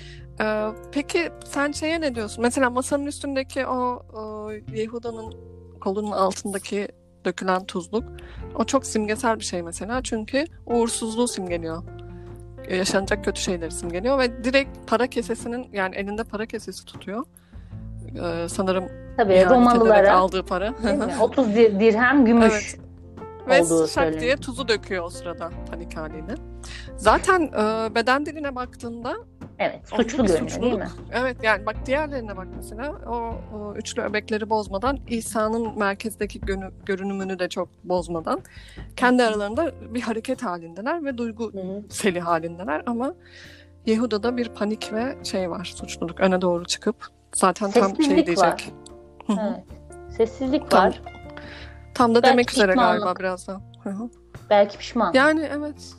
E, peki sen şeye ne diyorsun? Mesela masanın üstündeki o, o Yehuda'nın kolunun altındaki dökülen tuzluk. O çok simgesel bir şey mesela çünkü uğursuzluğu simgeliyor. Yaşanacak kötü şeyleri simgeliyor ve direkt para kesesinin yani elinde para kesesi tutuyor. Ee, sanırım Tabii ihanet ederek Romalılara aldığı para. değil mi? otuz dir- dirhem gümüş Evet. Ve olduğu şak diye söyleniyor. tuzu döküyor o sırada panik haliyle. Zaten e, beden diline baktığında Evet, orada suçlu bir görünüyor değil mi? suçluluk. Evet yani bak diğerlerine bak mesela o, o üçlü öbekleri bozmadan İsa'nın merkezdeki gönü- görünümünü de çok bozmadan kendi aralarında bir hareket halindeler ve duygu Hı hı. seli halindeler ama Yehuda'da bir panik ve şey var, suçluluk öne doğru çıkıp zaten tam şey Sessizlik var. diyecek. Hı hı. Evet. Sessizlik Tam var. tam da Belki demek üzere galiba pişmanlık. birazdan. Hı hı. Belki pişman. Yani evet.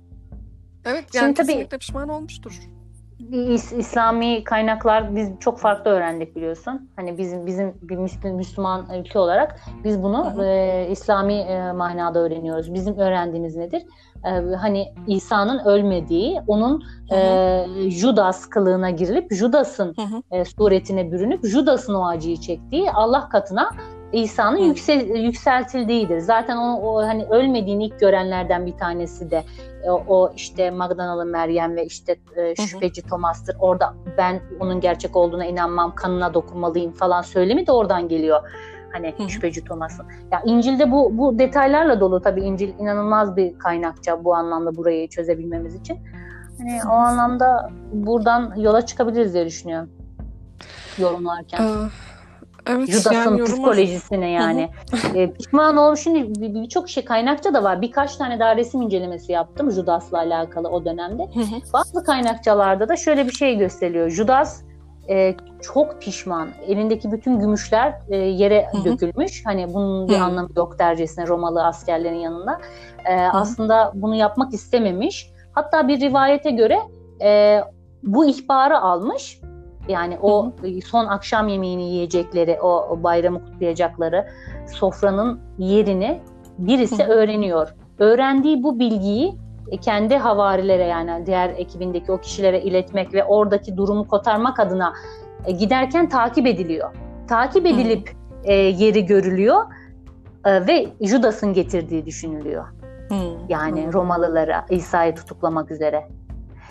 Evet yani Şimdi tabii kesinlikle pişman olmuştur. İs- İslami kaynaklar biz çok farklı öğrendik biliyorsun. Hani bizim bizim bir Müslüman, Müslüman ülke olarak biz bunu Hı hı. e, İslami e, manada öğreniyoruz. Bizim öğrendiğimiz nedir? E, hani İsa'nın ölmediği, onun Hı hı. e, Judas kılığına girilip Judas'ın Hı hı. e, suretine bürünüp Judas'ın o acıyı çektiği Allah katına İsa'nın Hı. yüksel, yükseltildiğidir. Zaten o, o hani ölmediğini ilk görenlerden bir tanesi de o, o işte Magdanalı Meryem ve işte e, şüpheci Thomas'tır. Orada ben onun gerçek olduğuna inanmam, kanına dokunmalıyım falan söylemi de oradan geliyor. Hani Hı hı. şüpheci Thomas'ın. Ya İncil'de bu bu detaylarla dolu tabii. İncil inanılmaz bir kaynakça bu anlamda burayı çözebilmemiz için. Hani o anlamda buradan yola çıkabiliriz diye düşünüyorum yorumlarken. Ee, evet Judas'ın yani yoruma. psikolojisine yani. e, pişman olmuş. Şimdi birçok şey kaynakça da var. Birkaç tane daha resim incelemesi yaptım Judas'la alakalı o dönemde. Hı hı. Bazı kaynakçalarda da şöyle bir şey gösteriyor. Judas e, çok pişman. Elindeki bütün gümüşler e, yere Hı hı. dökülmüş. Hani bunun bir Hı. anlamı yok dercesine Romalı askerlerin yanında. E, aslında bunu yapmak istememiş. Hatta bir rivayete göre e, bu ihbarı almış. Yani o Hı hı. son akşam yemeğini yiyecekleri, o, o bayramı kutlayacakları sofranın yerini birisi Hı hı. öğreniyor. Öğrendiği bu bilgiyi kendi havarilere yani diğer ekibindeki o kişilere iletmek ve oradaki durumu kotarmak adına e, giderken takip ediliyor. Takip edilip e, yeri görülüyor e, ve Judas'ın getirdiği düşünülüyor. Hı. Yani Hı. Romalılara İsa'yı tutuklamak üzere.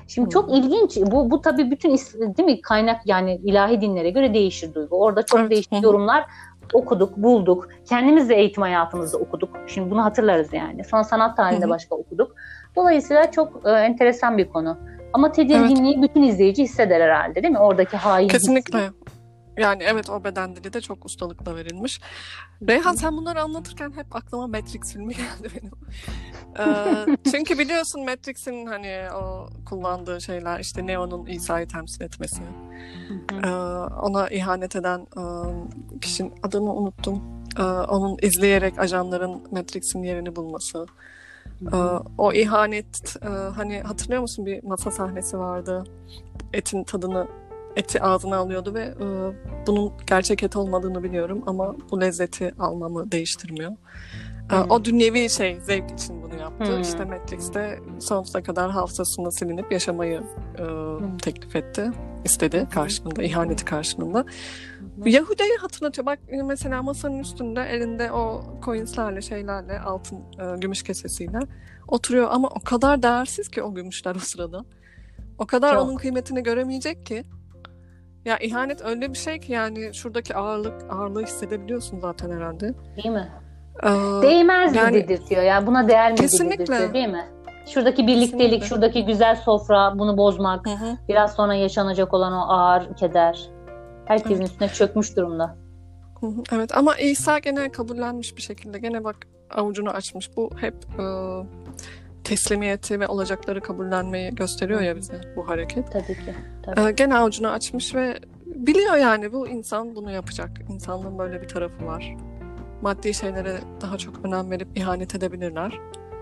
Şimdi çok ilginç. Bu bu tabii bütün is- değil mi kaynak yani ilahi dinlere göre değişir Duygu. Orada çok Evet. değişik Hı-hı. yorumlar okuduk, bulduk. Kendimiz de eğitim hayatımızda okuduk. Şimdi bunu hatırlarız yani. Sonra sanat tarihinde Hı-hı. başka okuduk. Dolayısıyla çok e, enteresan bir konu. Ama tedirginliği evet. bütün izleyici hisseder herhalde değil mi? Oradaki hain Kesinlikle. hissini. Yani evet, o beden dili de çok ustalıkla verilmiş. Reyhan, sen bunları anlatırken hep aklıma Matrix filmi geldi benim. ee, çünkü biliyorsun Matrix'in hani o kullandığı şeyler, işte Neo'nun İsa'yı temsil etmesi. Ee, ona ihanet eden e, kişinin adını unuttum. Ee, onun izleyerek ajanların Matrix'in yerini bulması. Ee, o ihanet, e, hani hatırlıyor musun, bir masa sahnesi vardı. Etin tadını eti ağzına alıyordu ve e, bunun gerçek et olmadığını biliyorum ama bu lezzeti almamı değiştirmiyor. E, Hmm. O dünyevi şey, zevk için bunu yaptı. Hmm. İşte Matrix'te sonsuza kadar hafızasını silinip yaşamayı e, hmm. teklif etti. İstedi karşılığında, ihaneti karşılığında. Hmm. Yahudi'yi hatırlatıyor. Bak mesela masanın üstünde elinde o coinslerle, şeylerle, altın, e, gümüş kesesiyle oturuyor ama o kadar değersiz ki o gümüşler o sırada. O kadar Çok. onun kıymetini göremeyecek ki. Ya ihanet öyle bir şey ki yani şuradaki ağırlık ağırlığı hissedebiliyorsun zaten herhalde. Değil mi? Ee, Değmez yani, mi dedirtiyor. Yani buna değer mi kesinlikle. dedirtiyor değil mi? Şuradaki birliktelik, kesinlikle. Şuradaki güzel sofra, bunu bozmak, Hı-hı. biraz sonra yaşanacak olan o ağır keder. Herkesin evet. üstüne çökmüş durumda. Hı-hı. Evet, ama İsa gene kabullenmiş bir şekilde. Gene bak avucunu açmış. Bu hep e, teslimiyeti ve olacakları kabullenmeyi gösteriyor ya bize bu hareket. Tabii ki. Tabii. Ee, gene avucunu açmış ve biliyor yani bu insan bunu yapacak. İnsanlığın böyle bir tarafı var. Maddi şeylere daha çok önem verip ihanet edebilirler.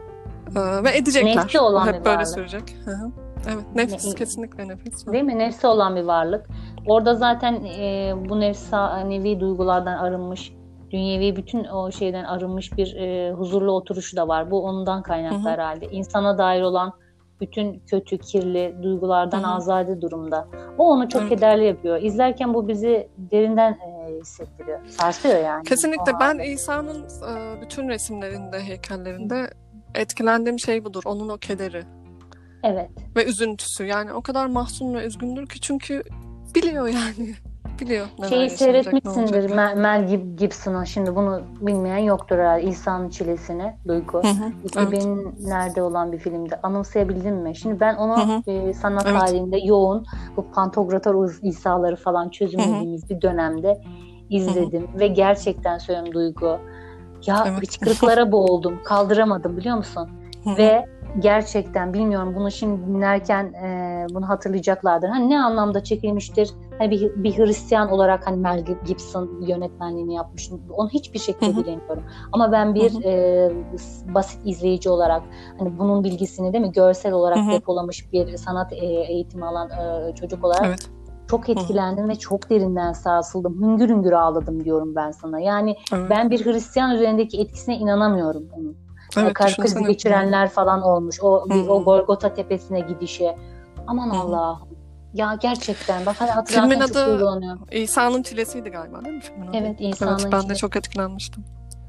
Ee, ve edecekler. Nefsi olan hep bir böyle varlık. Sürecek. Hı-hı. Evet, nefis ne, kesinlikle nefis. Değil mi? Nefsi olan bir varlık. Orada zaten e, bu nefsanevi duygulardan arınmış, dünyevi bütün o şeyden arınmış bir e, huzurlu oturuşu da var. Bu ondan kaynaklı Hı-hı. herhalde. İnsana dair olan bütün kötü, kirli duygulardan Hı-hı. azade durumda. O onu çok evet. kederli yapıyor. İzlerken bu bizi derinden e, hissettiriyor. Sarsıyor yani. Kesinlikle. Ben İsa'nın e, bütün resimlerinde, heykellerinde Hı-hı. etkilendiğim şey budur. Onun o kederi. Evet. Ve üzüntüsü. Yani o kadar mahzun ve üzgündür ki çünkü biliyor yani. Biliyor. Şeyi seyretmişsindir Mel, Mel Gibson'ın, şimdi bunu bilmeyen yoktur herhalde, İsa'nın Çilesini, Duygu. iki binlerde evet. olan bir filmdi. Anımsayabildin mi? Şimdi ben onu e, sanat evet. tarihinde yoğun bu pantokrator İsa'ları falan çözümlediğimiz bir dönemde izledim. Hı hı. Ve gerçekten söylüyorum Duygu. Ya evet. hıçkırıklara boğuldum. Kaldıramadım biliyor musun? Hı hı. Ve gerçekten bilmiyorum, bunu şimdi dinlerken e, bunu hatırlayacaklardır. Hani ne anlamda çekilmiştir? Hani bir, bir Hristiyan olarak hani Mel Gibson yönetmenliğini yapmış. Onu hiçbir şekilde Hı-hı. bilemiyorum. Ama ben bir e, basit izleyici olarak hani bunun bilgisini değil mi görsel olarak Hı-hı. depolamış bir sanat e, eğitimi alan e, çocuk olarak evet. çok etkilendim Hı-hı. ve çok derinden sarsıldım. Hüngür hüngür ağladım diyorum ben sana. Yani evet. ben bir Hristiyan üzerindeki etkisine inanamıyorum onun. Evet, kalp krizi geçirenler falan olmuş. O bir, o Golgota tepesine gidişi. Aman Hı-hı. Allah'ım. Ya gerçekten bak hani hatırlarken çok duygulanıyor. İsa'nın Çilesi'ydi galiba değil mi filmin adı? Evet, İsa'nın Evet, ben de çok etkilenmiştim.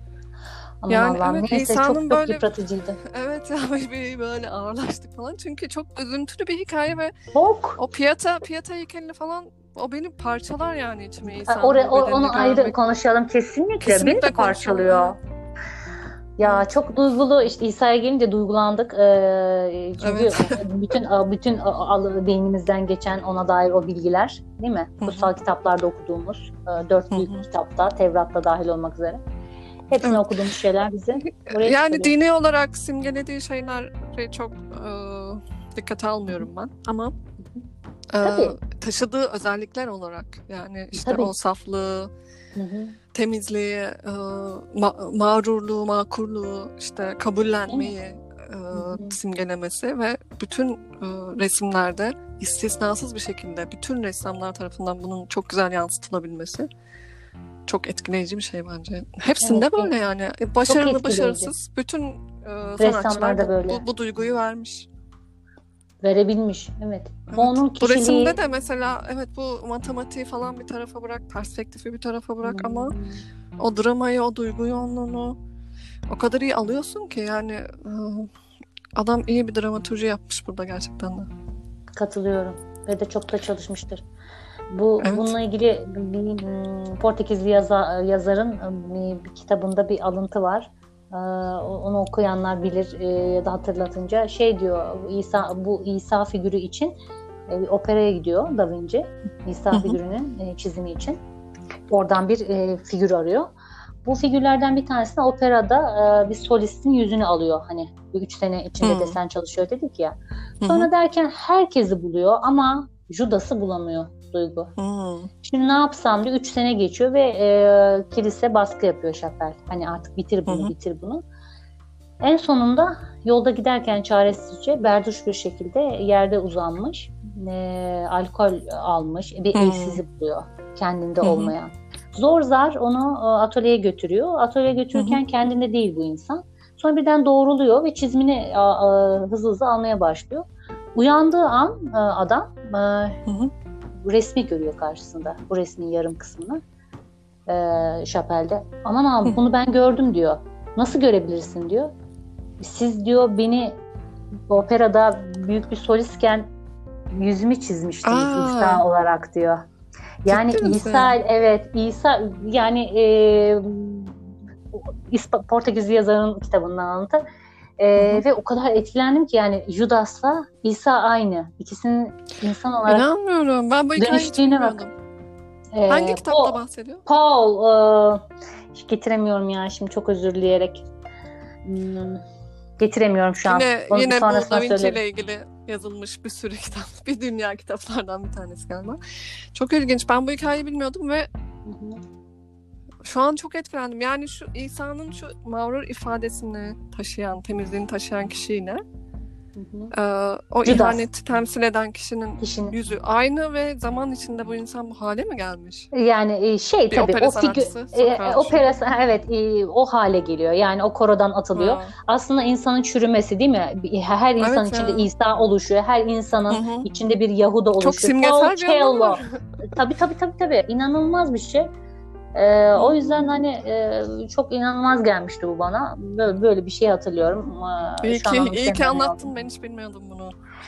Aman yani Allah'ım. Evet, neyse İsa'nın çok, çok böyle, yıpratıcıydı. Evet ya, böyle ağırlaştık falan. Çünkü çok üzüntülü bir hikaye ve çok. o Pieta, Pieta heykelini falan o beni parçalar yani içime İsa'nın. Oraya, o, onu görmek. Ayrı konuşalım kesinlikle. Kesinlikle beni parçalıyor. Ya evet. çok duygulu, işte İsa'ya gelince duygulandık. Ee, çünkü evet. bütün bütün beynimizden geçen ona dair o bilgiler, değil mi? Hı-hı. Kutsal kitaplarda okuduğumuz dört büyük Hı-hı. kitapta, Tevrat'ta dahil olmak üzere. Hepsini evet. okuduğumuz şeyler bizi oraya yani çıkarıyor. Dini olarak simgelediği şeyleri çok e, dikkate almıyorum ben ama e, taşıdığı özellikler olarak yani işte Tabii. o saflığı, Hı-hı. temizliği, e, ma- mağrurluğu, makurluğu, işte kabullenmeyi e, simgelemesi ve bütün e, resimlerde istisnasız bir şekilde bütün ressamlar tarafından bunun çok güzel yansıtılabilmesi çok etkileyici bir şey bence. Hepsinde evet, böyle yani. Başarılı, başarısız bütün e, sanatçılar bu, böyle. Bu, bu duyguyu vermiş. Verebilmiş, evet. evet. Onun kişiliği... Bu resimde de mesela evet bu matematiği falan bir tarafa bırak, perspektifi bir tarafa bırak hmm. ama o dramayı, o duygu yoğunluğunu o kadar iyi alıyorsun ki yani adam iyi bir dramaturji yapmış burada gerçekten de. Katılıyorum. Ve de çok da çalışmıştır. Bu Evet. bununla ilgili bir m, Portekizli yaza, yazarın bir, bir kitabında bir alıntı var. Ee, onu okuyanlar bilir e, ya da hatırlatınca şey diyor, İsa, bu İsa figürü için e, bir operaya gidiyor Da Vinci. İsa Hı hı. figürünün e, çizimi için. Oradan bir e, figür arıyor. Bu figürlerden bir tanesinde operada e, bir solistin yüzünü alıyor. Hani bu üç sene içinde Hı. desen çalışıyor dedik ya. Hı Sonra hı. derken herkesi buluyor ama Judas'ı bulamıyor Duygu. Hı. Şimdi ne yapsam diyor. Üç sene geçiyor ve e, kilise baskı yapıyor Şapel. Hani artık bitir bunu, Hı hı. bitir bunu. En sonunda yolda giderken çaresizce berduş bir şekilde yerde uzanmış. E, alkol almış. Bir Hı. elsizi buluyor. Kendinde Hı hı. olmayan. Zor zar onu e, atölyeye götürüyor. Atölyeye Hı hı. götürürken kendinde değil bu insan. Sonra birden doğruluyor ve çizimini a, a, hızlı hızlı almaya başlıyor. Uyandığı an e, adam e, Hı hı. resmi görüyor karşısında. Bu resmin yarım kısmını. E, Şapel'de. Aman abi Hı. bunu ben gördüm diyor. Nasıl görebilirsin diyor. Siz diyor beni operada büyük bir solistken yüzümü çizmiştiniz Aa, İsa olarak diyor. Yani ciddi İsa misin? evet İsa yani e, İsp- Portekizli yazarın kitabından alıntı. E, Hı hı. ve o kadar etkilendim ki yani Judas'la İsa aynı. İkisinin insan olarak İnanmıyorum. Ben bu hikayeyi hiç dönüştüğüne bak. bilmiyordum. E, Hangi kitapta Paul, bahsediyor? Paul e, hiç getiremiyorum ya şimdi çok özür dileyerek. Hmm, getiremiyorum şu an. Yine Onu yine bu sonrasında Da Vinci söylerim. ile ilgili yazılmış bir sürü kitap. Bir dünya kitaplardan bir tanesi galiba. Çok ilginç. Ben bu hikayeyi bilmiyordum ve Hı hı. şu an çok etkilendim. Yani şu İsa'nın şu mağrur ifadesini taşıyan, temizliğini taşıyan kişiyle Hı hı. e, o Judas ihaneti temsil eden kişinin kişinin. yüzü aynı ve zaman içinde bu insan bu hale mi gelmiş? Yani e, şey Bir tabii opera o figür sanatçısı e, e, sokağa düşüyor. operası evet e, o hale geliyor. Yani o korodan atılıyor. Ha. Aslında insanın çürümesi değil mi? Bir- Her insan Evet içinde ya. İsa oluşuyor. Her Hı insanın hı. içinde bir Yahuda Çok oluşuyor. Paul simgesel bir anlamı Coelho. var. Tabii tabii tabii tabii. İnanılmaz bir şey. Ee, o Hı. yüzden hani e, çok inanılmaz gelmişti bu bana. Böyle, böyle bir şey hatırlıyorum. Ee, İyi şu an ki, onu iyi ki sevmem lazım. anlattın. Ben hiç bilmiyordum bunu.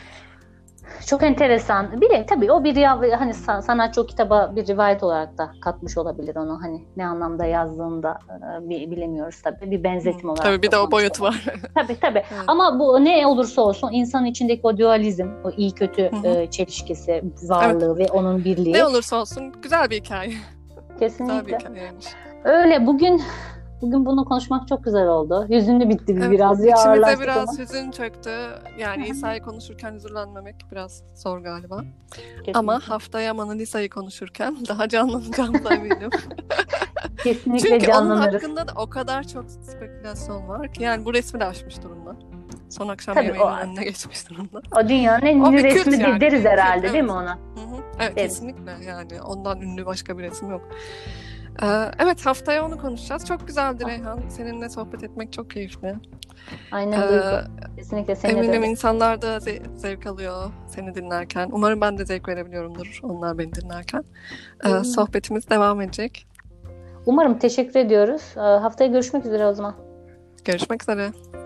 Çok enteresan. Bir de tabii o bir riva- hani sa- sanatçı o kitaba bir rivayet olarak da katmış olabilir onu. Hani ne anlamda yazdığında e, bi- bilemiyoruz tabii. Bir Hı. benzetim Tabii olarak bir da de o sonuçta. boyutu var. Tabii tabii. Evet. Ama bu ne olursa olsun insan içindeki o dualizm, o iyi kötü Hı hı. e, çelişkisi, varlığı ve onun Ne birliği olursa olsun güzel bir hikaye. Güzel bir kesinlikle. hikayeymiş. Öyle bugün bugün bunu konuşmak çok güzel oldu. Hüzünlü bitti Evet, biraz ya içimize ağırlaştık biraz ama. hüzün çöktü. Yani İsa'yı konuşurken hüzünlenmemek biraz zor galiba. Kesinlikle. Ama haftaya Mona Lisa'yı konuşurken daha canlanacağımıza eminim. Kesinlikle Çünkü onun canlanırız. hakkında da o kadar çok spekülasyon var ki yani bu resmi de aşmış durumda. Son akşam Tabii yemeğinin o, önüne geçmiş durumda. o dünyanın en O ünlü bir kült resmi yani. deriz Bir kült, herhalde değil evet. mi ona? Hı hı. Evet Deriz. kesinlikle yani ondan ünlü başka bir resim yok. Ee, evet haftaya onu konuşacağız. Çok güzeldi Reyhan. Seninle sohbet etmek çok keyifli. Aynen Ee, Duygu. Kesinlikle seninle de eminim öyle. insanlar da ze- zevk alıyor seni dinlerken. Umarım ben de zevk verebiliyorumdur onlar beni dinlerken. Ee, Hmm. sohbetimiz devam edecek. Umarım teşekkür ediyoruz. Ee, Haftaya görüşmek üzere o zaman. Görüşmek üzere.